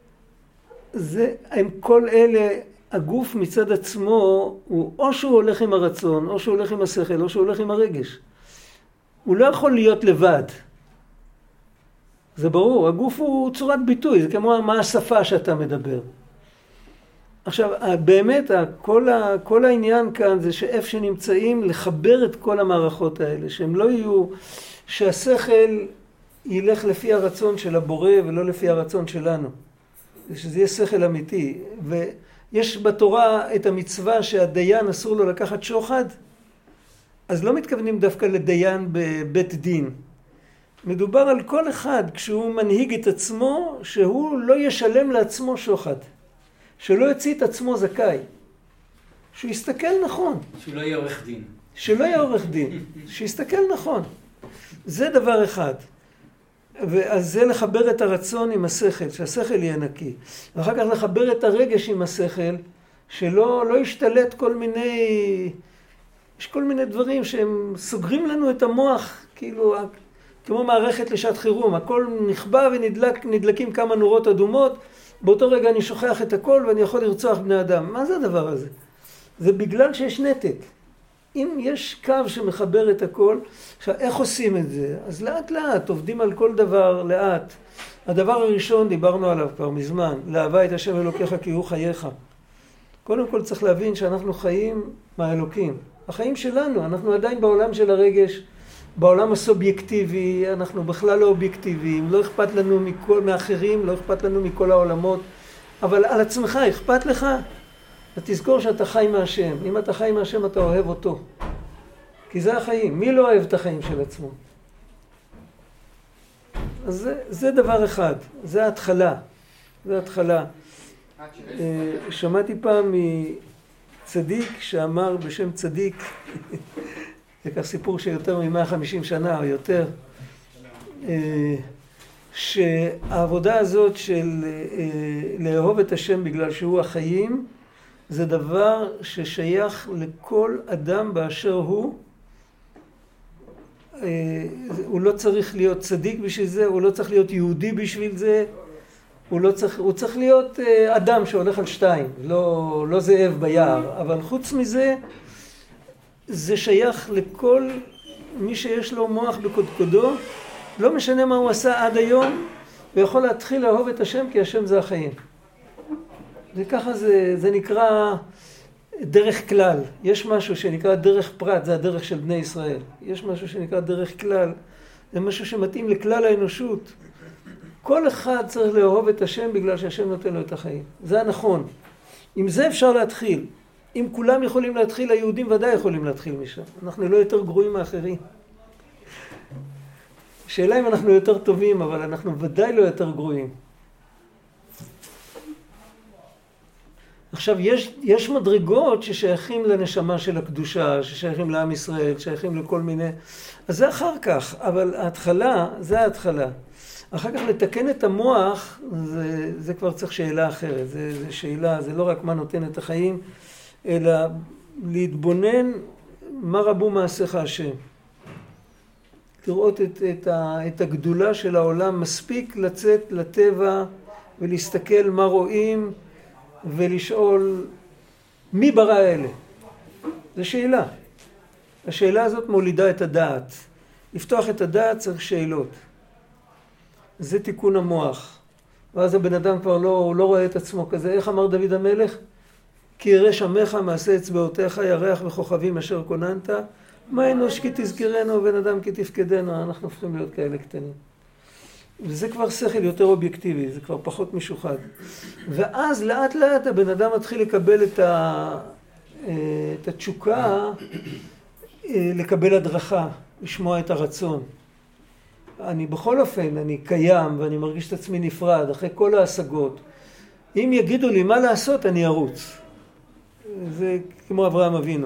הם כל אלה, הגוף מצד עצמו, הוא או שהוא הולך עם הרצון, או שהוא הולך עם השכל, או שהוא הולך עם הרגש. הוא לא יכול להיות לבד. זה ברור, הגוף הוא צורת ביטוי, זה כמו מה השפה שאתה מדבר. עכשיו, באמת, כל העניין כאן זה שאיפה שנמצאים לחבר את כל המערכות האלה, שהם לא יהיו, שהשכל ילך לפי הרצון של הבורא ולא לפי הרצון שלנו. שזה יהיה שכל אמיתי. ויש בתורה את המצווה שהדיין אסור לו לקחת שוחד, אז לא מתכוונים דווקא לדיין בבית דין. מדובר על כל אחד כשהוא מנהיג את עצמו, שהוא לא ישלם לעצמו שוחד. שלא יוציא את עצמו זכאי. שהוא יסתכל נכון. שהוא לא יהיה עורך דין. שלא יהיה עורך דין. שיסתכל נכון. זה דבר אחד. ואז זה לחבר את הרצון עם השכל, שהשכל יהיה נקי. ואחר כך לחבר את הרגש עם השכל, שלא ישתלט כל מיני... יש כל מיני דברים שהם סוגרים לנו את המוח, כאילו, כמו מערכת לשעת חירום. הכל נכבה ונדלקים כמה נורות אדומות, באותו רגע אני שוכח את הכל ואני יכול לרצוח בני אדם. מה זה הדבר הזה? זה בגלל שיש נתק. אם יש קו שמחבר את הכל, עכשיו איך עושים את זה? אז לאט לאט, עובדים על כל דבר לאט. הדבר הראשון, דיברנו עליו כבר מזמן, לאהבה את השם אלוקיך כי הוא חייך. קודם כל צריך להבין שאנחנו חיים מהאלוקים. החיים שלנו, אנחנו עדיין בעולם של הרגש, בעולם הסובייקטיבי, אנחנו בכלל לא אובייקטיביים, לא אכפת לנו מאחרים, לא אכפת לנו מכל העולמות, אבל על עצמך אכפת לך, ותזכור שאתה חי מהשם. אם אתה חי מהשם אתה אוהב אותו, כי זה החיים. מי לא אוהב את החיים של עצמו? אז זה דבר אחד, זה ההתחלה, זה ההתחלה. שמעתי פעם מצדיק שאמר בשם צדיק, זה כך סיפור שיותר מ-150 שנה או יותר, שהעבודה הזאת של לאהוב את השם בגלל שהוא החיים, זה דבר ששייך לכל אדם באשר הוא. הוא לא צריך להיות צדיק בשביל זה, הוא לא צריך להיות יהודי בשביל זה, הוא צריך להיות אדם שהולך על שתיים, לא זאב ביער, אבל חוץ מזה, זה שייך לכל מי שיש לו מוח בקודקודו, לא משנה מה הוא עשה עד היום, הוא יכול להתחיל לאהוב את השם כי השם זה החיים. וככה זה נקרא דרך כלל. יש משהו שנקרא דרך פרט, זה הדרך של בני ישראל. יש משהו שנקרא דרך כלל, זה משהו שמתאים לכלל האנושות. כל אחד צריך לאהוב את השם בגלל שהשם נותן לו את החיים. זה הנכון. עם זה אפשר להתחיל. אם כולם יכולים להתחיל, היהודים ודאי יכולים להתחיל משם. אנחנו לא יותר גרועים מאחרים. שאלה אם אנחנו יותר טובים, אבל אנחנו ודאי לא יותר גרועים. עכשיו, יש מדרגות ששייכים לנשמה של הקדושה, ששייכים לעם ישראל, שייכים לכל מיני... אז זה אחר כך, אבל ההתחלה, זה ההתחלה. אחר כך לתקן את המוח, זה כבר צריך שאלה אחרת. זה שאלה, זה לא רק מה נותן את החיים, אלא להתבונן מה רבו מעשיך השם. לראות את הגדולה של העולם, מספיק לצאת לטבע ולהסתכל מה רואים ולשאול מי ברא אלה. זו שאלה. השאלה הזאת מולידה את הדעת. לפתוח את הדעת צריך שאלות. זה תיקון המוח. ואז הבן אדם כבר לא רואה את עצמו כזה. איך אמר דוד המלך? כי ירא שמך מעשה אצבעותיך, ירח וכוכבים אשר כוננת. מה אנוש כי תזכרנו ובן אדם כי תפקדנו. אנחנו הופכים להיות כאלה קטנים. וזה כבר שכל יותר אובייקטיבי, זה כבר פחות משוחד. ואז לאט לאט הבן אדם מתחיל לקבל את התשוקה, לקבל הדרכה, לשמוע את הרצון. אני בכל אופן, אני קיים ואני מרגיש את עצמי נפרד אחרי כל ההשגות. אם יגידו לי מה לעשות, אני ארוץ. זה כמו אברהם אבינו.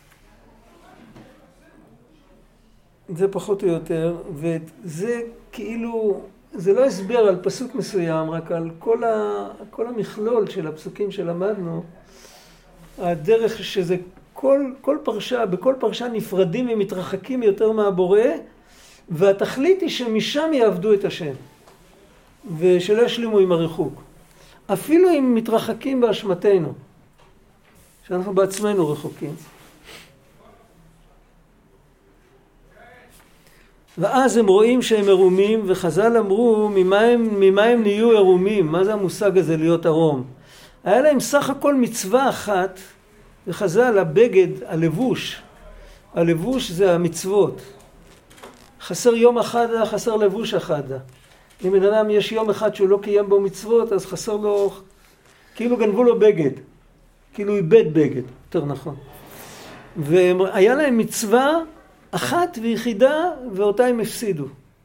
זה פחות או יותר, וזה כאילו, זה לא הסבר על פסוק מסוים, רק על כל המכלול של הפסוקים שלמדנו, הדרך שזה כל פרשה, בכל פרשה נפרדים ומתרחקים יותר מהבורא, והתכלית היא שמשם יעבדו את השם, ושלא ישלימו עם הריחוק. אפילו אם מתרחקים באשמתנו, שאנחנו בעצמנו רחוקים. ואז הם רואים שהם ערומים, וחז"ל אמרו, ממה הם נהיו ערומים? מה זה המושג הזה להיות ערום? היה להם סך הכל מצווה אחת, וחז"ל, הבגד, הלבוש זה המצוות. חסר יום אחד, חסר לבוש אחד. אם בן אדם יש יום אחד שהוא לא קיים בו מצוות, אז חסר לו, כאילו גנבו לו בגד, כאילו איבד בגד, יותר נכון. והיה להם מצווה אחת ויחידה, ואותה הם הפסידו.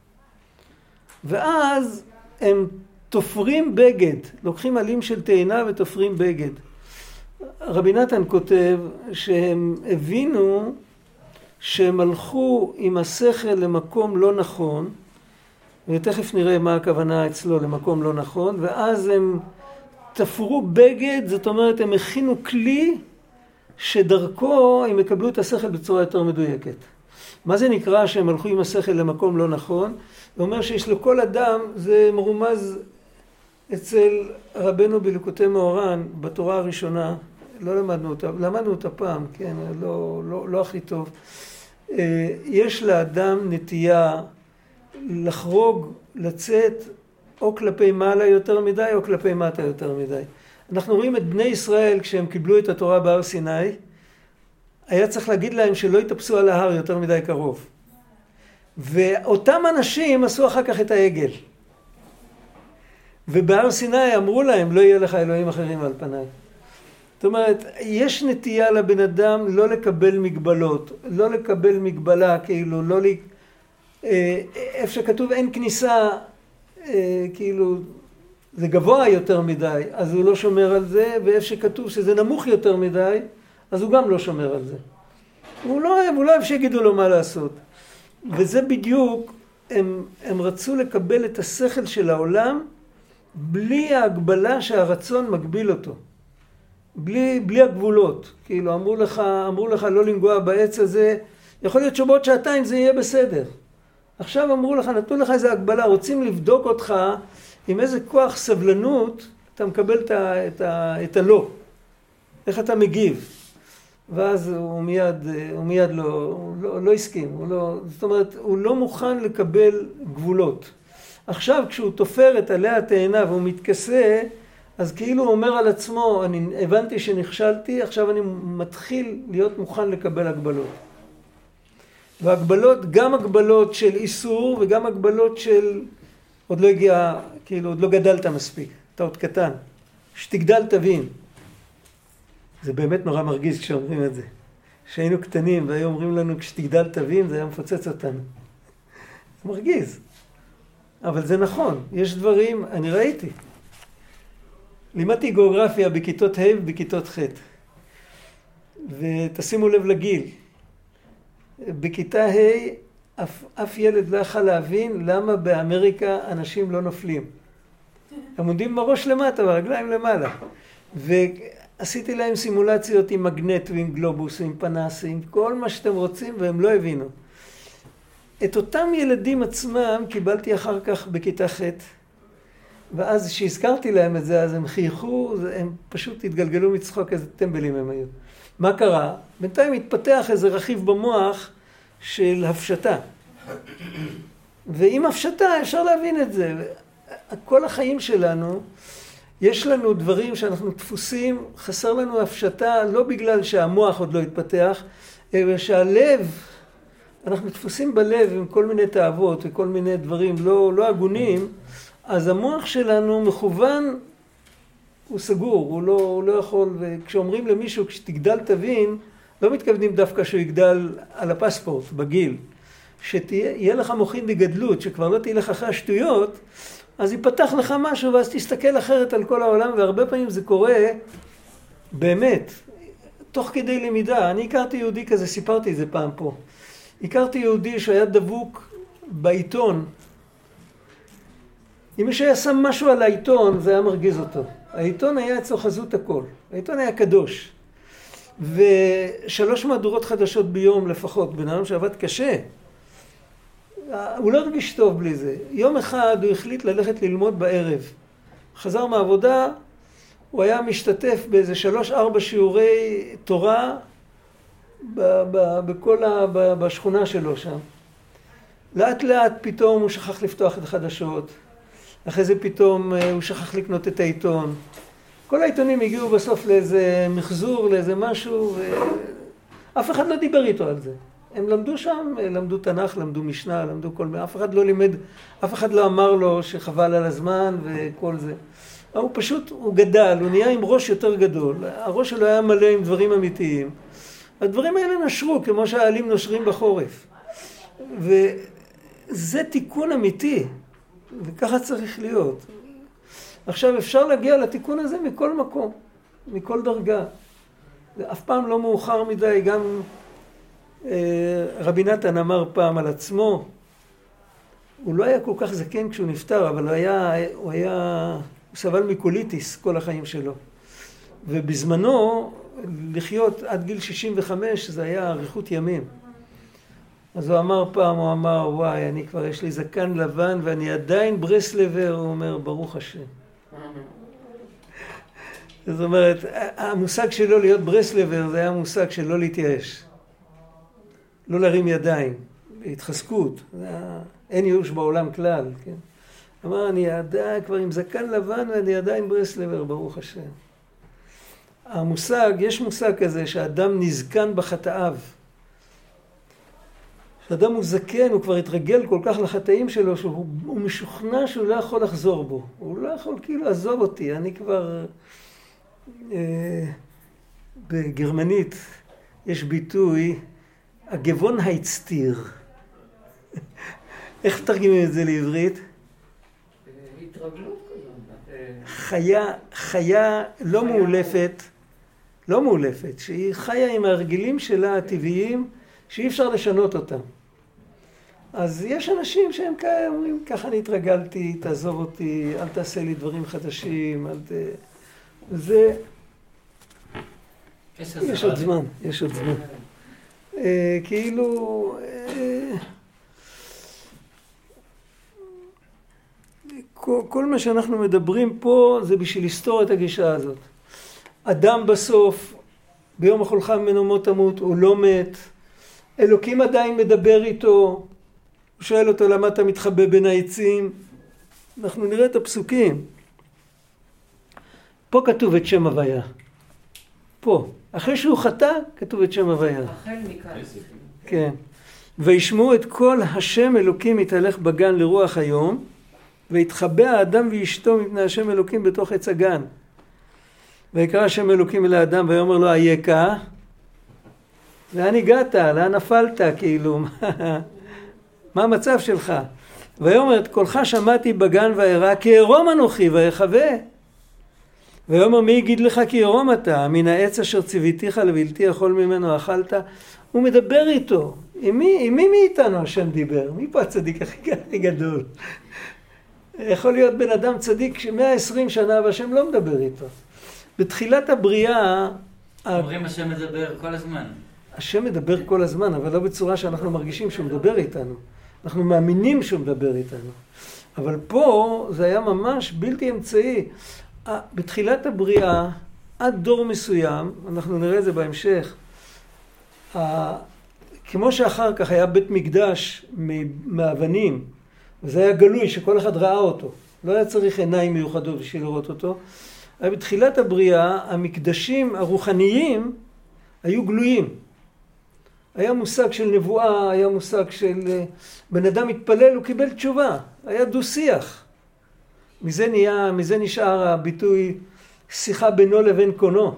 ואז הם תופרים בגד, לוקחים עלים של תאנה ותופרים בגד. רבי נתן כותב שהם הבינו שהם הלכו עם השכל למקום לא נכון, ותכף נראה מה הכוונה אצלו למקום לא נכון, ואז הם תפרו בגד, זאת אומרת הם הכינו כלי שדרכו הם יקבלו את השכל בצורה יותר מדויקת. מה זה נקרא שהם הלכו עם השכל למקום לא נכון? זה אומר שיש לכל אדם, זה מרומז אצל רבנו בליקוטי מאורן, בתורה הראשונה, לא למדנו אותה, למדנו אותה פעם, כן, לא הכי טוב. יש לאדם נטייה לחרוג, לצאת, או כלפי מעלה יותר מדי, או כלפי מטה יותר מדי. אנחנו רואים את בני ישראל כשהם קיבלו את התורה בהר סיני, היה צריך להגיד להם שלא יטפסו על ההר יותר מדי קרוב. ואותם אנשים עשו אחר כך את העגל. ובהר סיני אמרו להם, לא יהיה לך אלוהים אחרים על פניי. זאת אומרת, יש נטייה לבן אדם לא לקבל מגבלות, לא לקבל מגבלה, כאילו, לא איפה שכתוב אין כניסה, כאילו, זה גבוה יותר מדי, אז הוא לא שומר על זה, ואיפה שכתוב שזה נמוך יותר מדי, אז הוא גם לא שומר על זה. הוא לא אוהב שיגידו לו מה לעשות. וזה בדיוק, הם רצו לקבל את השכל של העולם, בלי ההגבלה שהרצון מגביל אותו. בלי הגבולות. כאילו, אמרו לך לא לנגוע בעץ הזה, יכול להיות שבעוד שעתיים זה יהיה בסדר. עכשיו אמרו לך, נתנו לך איזו הגבלה, רוצים לבדוק אותך עם איזה כוח סבלנות, אתה מקבל את הלא. איך אתה מגיב? ואז הוא מיד לא הסכים. זאת אומרת, הוא לא מוכן לקבל גבולות. עכשיו, כשהוא תופר את עלי התאנה והוא מתכסה, אז כאילו הוא אומר על עצמו, אני הבנתי שנכשלתי, עכשיו אני מתחיל להיות מוכן לקבל הגבלות. והגבלות, גם הגבלות של איסור וגם הגבלות של עוד לא הגיע, כאילו עוד לא גדלת מספיק, אתה עוד קטן. שתגדל תבין. זה באמת נורא מרגיז כשאומרים את זה. כשהיינו קטנים והיו אומרים לנו כשתגדל תבין, זה היה מפוצץ אותנו. זה מרגיז. אבל זה נכון, יש דברים, אני ראיתי. לימדתי גיאוגרפיה בכיתות ה' ובכיתות ח'. ותשימו לב לגיל. בכיתה ה' אף ילד לא יכול להבין למה באמריקה אנשים לא נופלים. הם עומדים בראש למטה והרגליים למעלה. ועשיתי להם סימולציות עם מגנט ועם גלובוס ועם פנס ועם כל מה שאתם רוצים והם לא הבינו. את אותם ילדים עצמם קיבלתי אחר כך בכיתה ח'. ואז שהזכרתי להם את זה, אז הם חייכו, הם פשוט התגלגלו מצחוק, איזה טמבלים הם היו. מה קרה? בינתיים התפתח איזה רכיב במוח של הפשטה. ועם הפשטה אפשר להבין את זה. כל החיים שלנו, יש לנו דברים שאנחנו דפוסים, חסר לנו הפשטה, לא בגלל שהמוח עוד לא התפתח, אלא שהלב, אנחנו דפוסים בלב עם כל מיני תאוות וכל מיני דברים לא הגונים, אז המוח שלנו מכוון, הוא סגור, הוא לא יכול, וכשאומרים למישהו, כשתגדל תבין, לא מתכוונים דווקא שהוא יגדל על הפספורט, בגיל. שתהיה לך מוחין בגדלות, שכבר לא תהיה לך אחרי השטויות, אז ייפתח לך משהו, ואז תסתכל אחרת על כל העולם, והרבה פעמים זה קורה, באמת, תוך כדי למידה. אני הכרתי יהודי כזה, סיפרתי את זה פעם פה. הכרתי יהודי שהיה דבוק בעיתון, אם מישהו היה שם משהו על העיתון, זה היה מרגיז אותו. העיתון היה אצלו חזות הכל. העיתון היה קדוש. ושלוש מהדורות חדשות ביום לפחות, בן אדם שעבד קשה. הוא לא הרגיש טוב בלי זה. יום אחד הוא החליט ללכת ללמוד בערב. חזר מהעבודה, הוא היה משתתף באיזה 3-4 שיעורי תורה בשכונה שלו שם. לאט לאט פתאום הוא שכח לפתוח את החדשות. אחרי זה פתאום הוא שכח לקנות את העיתון. כל העיתונים הגיעו בסוף לאיזה מחזור, לאיזה משהו, ואף אחד לא דיבר איתו על זה. הם למדו שם, למדו תנ"ך, למדו משנה, למדו כל מיני, אף אחד לא לימד, אף אחד לא אמר לו שחבל על הזמן וכל זה. הוא פשוט, הוא גדל, הוא נהיה עם ראש יותר גדול. הראש שלו היה מלא עם דברים אמיתיים. הדברים האלה נשרו כמו שהעלים נושרים בחורף. וזה תיקון אמיתי, וככה צריך להיות. עכשיו אפשר להגיע לתיקון הזה מכל מקום, מכל דרגה. זה אף פעם לא מאוחר מדי, גם רבי נתן אמר פעם על עצמו, הוא לא היה כל כך זקן כשהוא נפטר, אבל הוא סבל מקוליטיס כל החיים שלו. ובזמנו, לחיות עד גיל 65 זה היה אריכות ימים. אז הוא אמר פעם, הוא אמר, וואי, אני כבר יש לי זקן לבן ואני עדיין ברסלבר, הוא אומר, ברוך השם. זאת אומרת, המושג שלו להיות ברסלבר זה היה מושג של לא להתייאש. לא להרים ידיים, התחזקות. אין ייאוש בעולם כלל, כן? אמר, אני עדיין כבר עם זקן לבן ואני עדיין ברסלבר, ברוך השם. המושג, יש מושג כזה שאדם נזקן בחטאיו. כשאדם הוא זקן, הוא כבר התרגל כל כך לחטאים שלו, שהוא משוכנע שהוא לא יכול לחזור בו. הוא לא יכול כאילו לעזוב אותי. אני כבר... בגרמנית יש ביטוי, הגבון ההצטיר. איך תרגמים את זה לעברית? התרגלות כזאת. חיה לא מאולפת, שהיא חיה עם ההרגלים שלה הטבעיים, שאי אפשר לשנות אותם. אז יש אנשים שהם כאלה, אומרים, ככה אני התרגלתי, תעזוב אותי, אל תעשה לי דברים חדשים, זה... יש עוד זמן. כאילו... כל מה שאנחנו מדברים פה זה בשביל לסתור את הגישה הזאת. אדם בסוף, ביום אכולך ממנו מות תמות, הוא לא מת. אלוקים עדיין מדבר איתו. הוא שואל אותו למה אתה מתחבא בין העצים. אנחנו נראה את הפסוקים. פה כתוב את שם הוויה. פה. אחרי שהוא חטא, כתוב את שם הוויה. החל מכאן. כן. וישמעו את כל השם אלוקים יתהלך בגן לרוח היום, והתחבא האדם ואשתו מפני השם אלוקים בתוך עץ הגן. ויקרא השם אלוקים אל האדם ויאמר לו, אייכה? לאן הגעת? לאן נפלת? כאילו, מה המצב שלך? ויאמר, את קולך שמעתי בגן וארא, כי עירום אנוכי ויחווה. ויאמר, מי יגיד לך כי עירום אתה? מן העץ אשר ציוויתיך לבלתי אכול ממנו אכלת? הוא מדבר איתו. עם מי מאיתנו השם דיבר? מי פה הצדיק הכי גדול? יכול להיות בן אדם צדיק 120 שנה והשם לא מדבר איתו. בתחילת הבריאה... אומרים השם מדבר כל הזמן. השם מדבר כל הזמן, אבל לא בצורה שאנחנו מרגישים שהוא מדבר איתנו. אנחנו מאמינים שהוא מדבר איתנו. אבל פה זה היה ממש בלתי אמצעי. בתחילת הבריאה, עד דור מסוים, אנחנו נראה את זה בהמשך, כמו שאחר כך היה בית מקדש מאבנים, וזה היה גלוי שכל אחד ראה אותו. לא היה צריך עיניים מיוחדות בשביל לראות אותו. אבל בתחילת הבריאה, המקדשים הרוחניים היו גלויים. היה מושג של נבואה, היה מושג של בן אדם התפלל, הוא קיבל תשובה. היה דו שיח. מזה נשאר הביטוי שיחה בינו לבין קונו.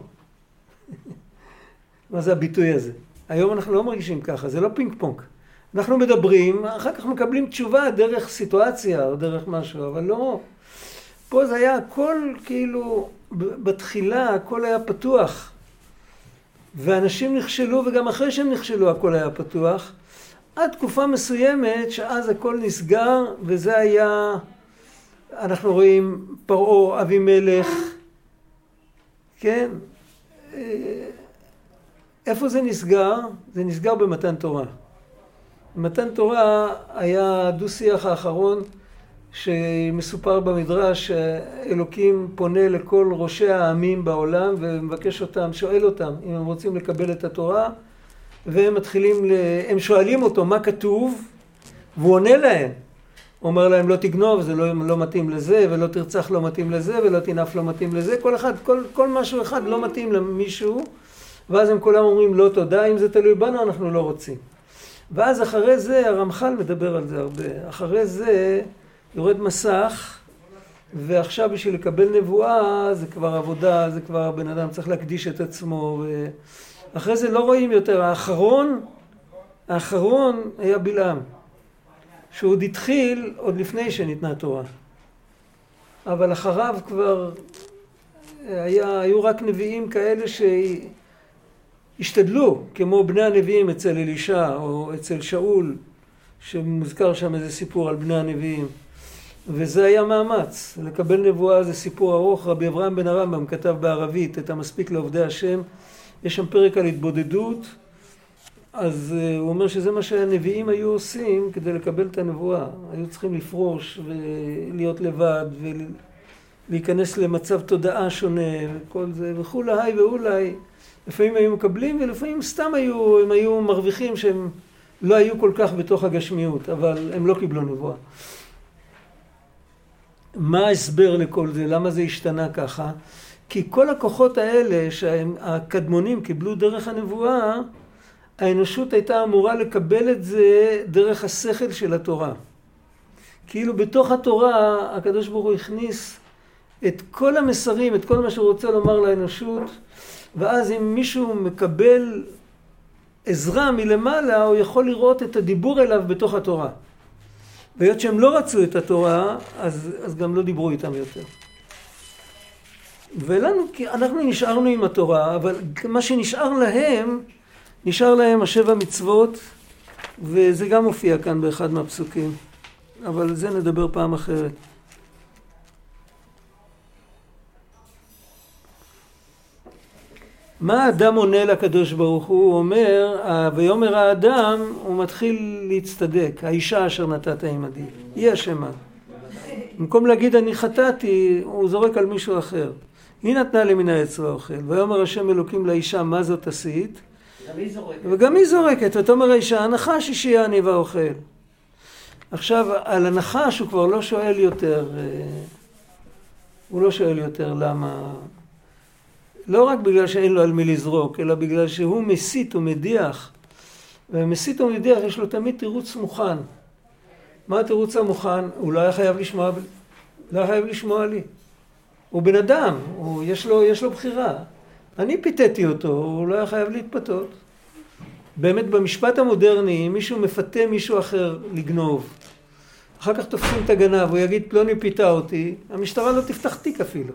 מה זה הביטוי הזה? היום אנחנו לא מרגישים ככה, זה לא פינג פונג. אנחנו מדברים, אחר כך מקבלים תשובה דרך סיטואציה או דרך משהו, אבל לא. פה זה היה הכל כאילו, בתחילה הכל היה פתוח. ואנשים נכשלו, וגם אחרי שהם נכשלו הכל היה פתוח. עד תקופה מסוימת שאז הכל נסגר, וזה היה, אנחנו רואים פרעה, אבימלך, כן? איפה זה נסגר? זה נסגר במתן תורה. במתן תורה היה דו-שיח האחרון שמסופר במדרש שאלוקים פונה לכל ראשי העמים בעולם ומבקש אותם, שואל אותם אם הם רוצים לקבל את התורה, והם מתחילים, הם שואלים אותו מה כתוב, והוא עונה להם. הוא אומר להם לא תגנוב, זה לא מתאים לזה, ולא תרצח לא מתאים לזה, ולא תנף לא מתאים לזה, כל משהו אחד לא מתאים למישהו, ואז הם כולם אומרים לא תודה, אם זה תלוי בנו אנחנו לא רוצים. ואז אחרי זה, הרמח"ל מדבר על זה הרבה, אחרי זה יורד מסך, ועכשיו בשביל לקבל נבואה זה כבר עבודה, זה כבר בן אדם צריך להקדיש את עצמו, ואחרי זה לא רואים יותר. האחרון היה בלעם, שהוא עוד התחיל עוד לפני שניתנה תורה. אבל אחריו כבר היו רק נביאים כאלה שהשתדלו, כמו בני הנביאים אצל אלישע או אצל שאול, שמוזכר שם איזה סיפור על בני הנביאים. וזה היה מאמץ. לקבל נבואה זה סיפור ארוך. רבי אברהם בן הרמב"ם כתב בערבית את המספיק לעובדי השם. יש שם פרק על התבודדות. אז הוא אומר שזה מה שהנביאים היו עושים כדי לקבל את הנבואה. היו צריכים לפרוש ולהיות לבד ולהיכנס למצב תודעה שונה וכל זה וכולי ואולי. לפעמים היו מקבלים ולפעמים סתם הם היו מרוויחים שהם לא היו כל כך בתוך הגשמיות, אבל הם לא קיבלו נבואה. מה ההסבר לכל זה? למה זה השתנה ככה? כי כל הכוחות האלה שהקדמונים קיבלו דרך הנבואה, האנושות הייתה אמורה לקבל את זה דרך השכל של התורה. כאילו בתוך התורה הקדוש ברוך הוא הכניס את כל המסרים, את כל מה שהוא רוצה לומר לאנושות, ואז אם מישהו מקבל עזרה מלמעלה, הוא יכול לראות את הדיבור אליו בתוך התורה. והיות שהם לא רצו את התורה, אז גם לא דיברו איתם יותר. ולנו, אנחנו נשארנו עם התורה, אבל מה שנשאר להם, נשאר להם 7 מצוות, וזה גם מופיע כאן באחד מהפסוקים. אבל זה נדבר פעם אחרת. מה האדם עונה לקדוש ברוך הוא? הוא אומר, ויאמר האדם, הוא מתחיל להצטדק. האישה אשר נתת עמדי, היא אשמה. במקום להגיד אני חטאתי, הוא זורק על מישהו אחר. היא נתנה לי מן העץ והאוכל. ויאמר השם אלוקים לאישה, מה זאת עשית? וגם היא זורקת. ותאמר האישה, הנחש אישי אני והאוכל. עכשיו, על הנחש הוא כבר לא שואל יותר, הוא לא שואל יותר למה... לא רק בגלל שאין לו על מי לזרוק, אלא בגלל שהוא מסית ומדיח. ומסית ומדיח יש לו תמיד תירוץ מוכן. מה התירוץ המוכן? הוא לא היה חייב לשמוע, לא היה חייב לשמוע לי. הוא בן אדם, יש לו בחירה. אני פיתתי אותו, הוא לא היה חייב להתפתות. באמת במשפט המודרני, אם מישהו מפתה מישהו אחר לגנוב, אחר כך תופסים את הגנב, הוא יגיד פלוני פיתה אותי, המשטרה לא תפתח תיק אפילו.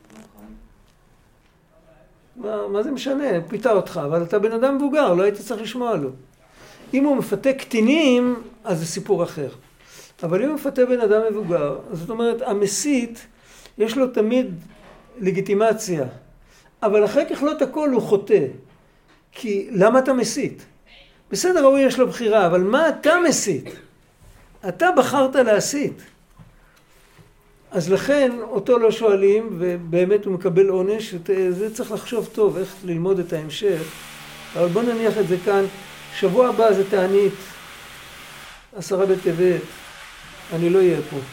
מה זה משנה? פיתה אותך, אבל אתה בן אדם מבוגר, לא היית צריך לשמוע לו. אם הוא מפתה קטינים, אז זה סיפור אחר. אבל אם הוא מפתה בן אדם מבוגר, זאת אומרת, המסית, יש לו תמיד לגיטימציה. אבל אחרי ככלות הכל הוא חוטא. כי למה אתה מסית? בסדר, הוא יש לו בחירה, אבל מה אתה מסית? אתה בחרת להסית. אז לכן אותו לא שואלים, ובאמת הוא מקבל עונש, זה צריך לחשוב טוב, איך ללמוד את ההמשך. אבל בוא נניח את זה כאן, שבוע הבא זה תענית, 10 בטבת, אני לא אהיה פה.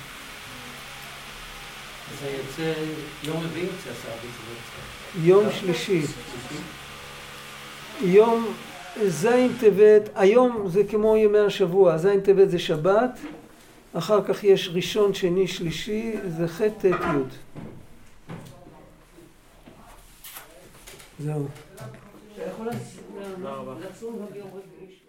זה יוצא, יום רביעי יוצא 10 בטבת. יום שלישי. יום זין טבת, היום זה כמו ימי השבוע, זין טבת זה שבת, אחר כך יש ראשון, שני, שלישי, זה ח' ט' י'. זהו. אתה יכול לצום גם ביום רביעי.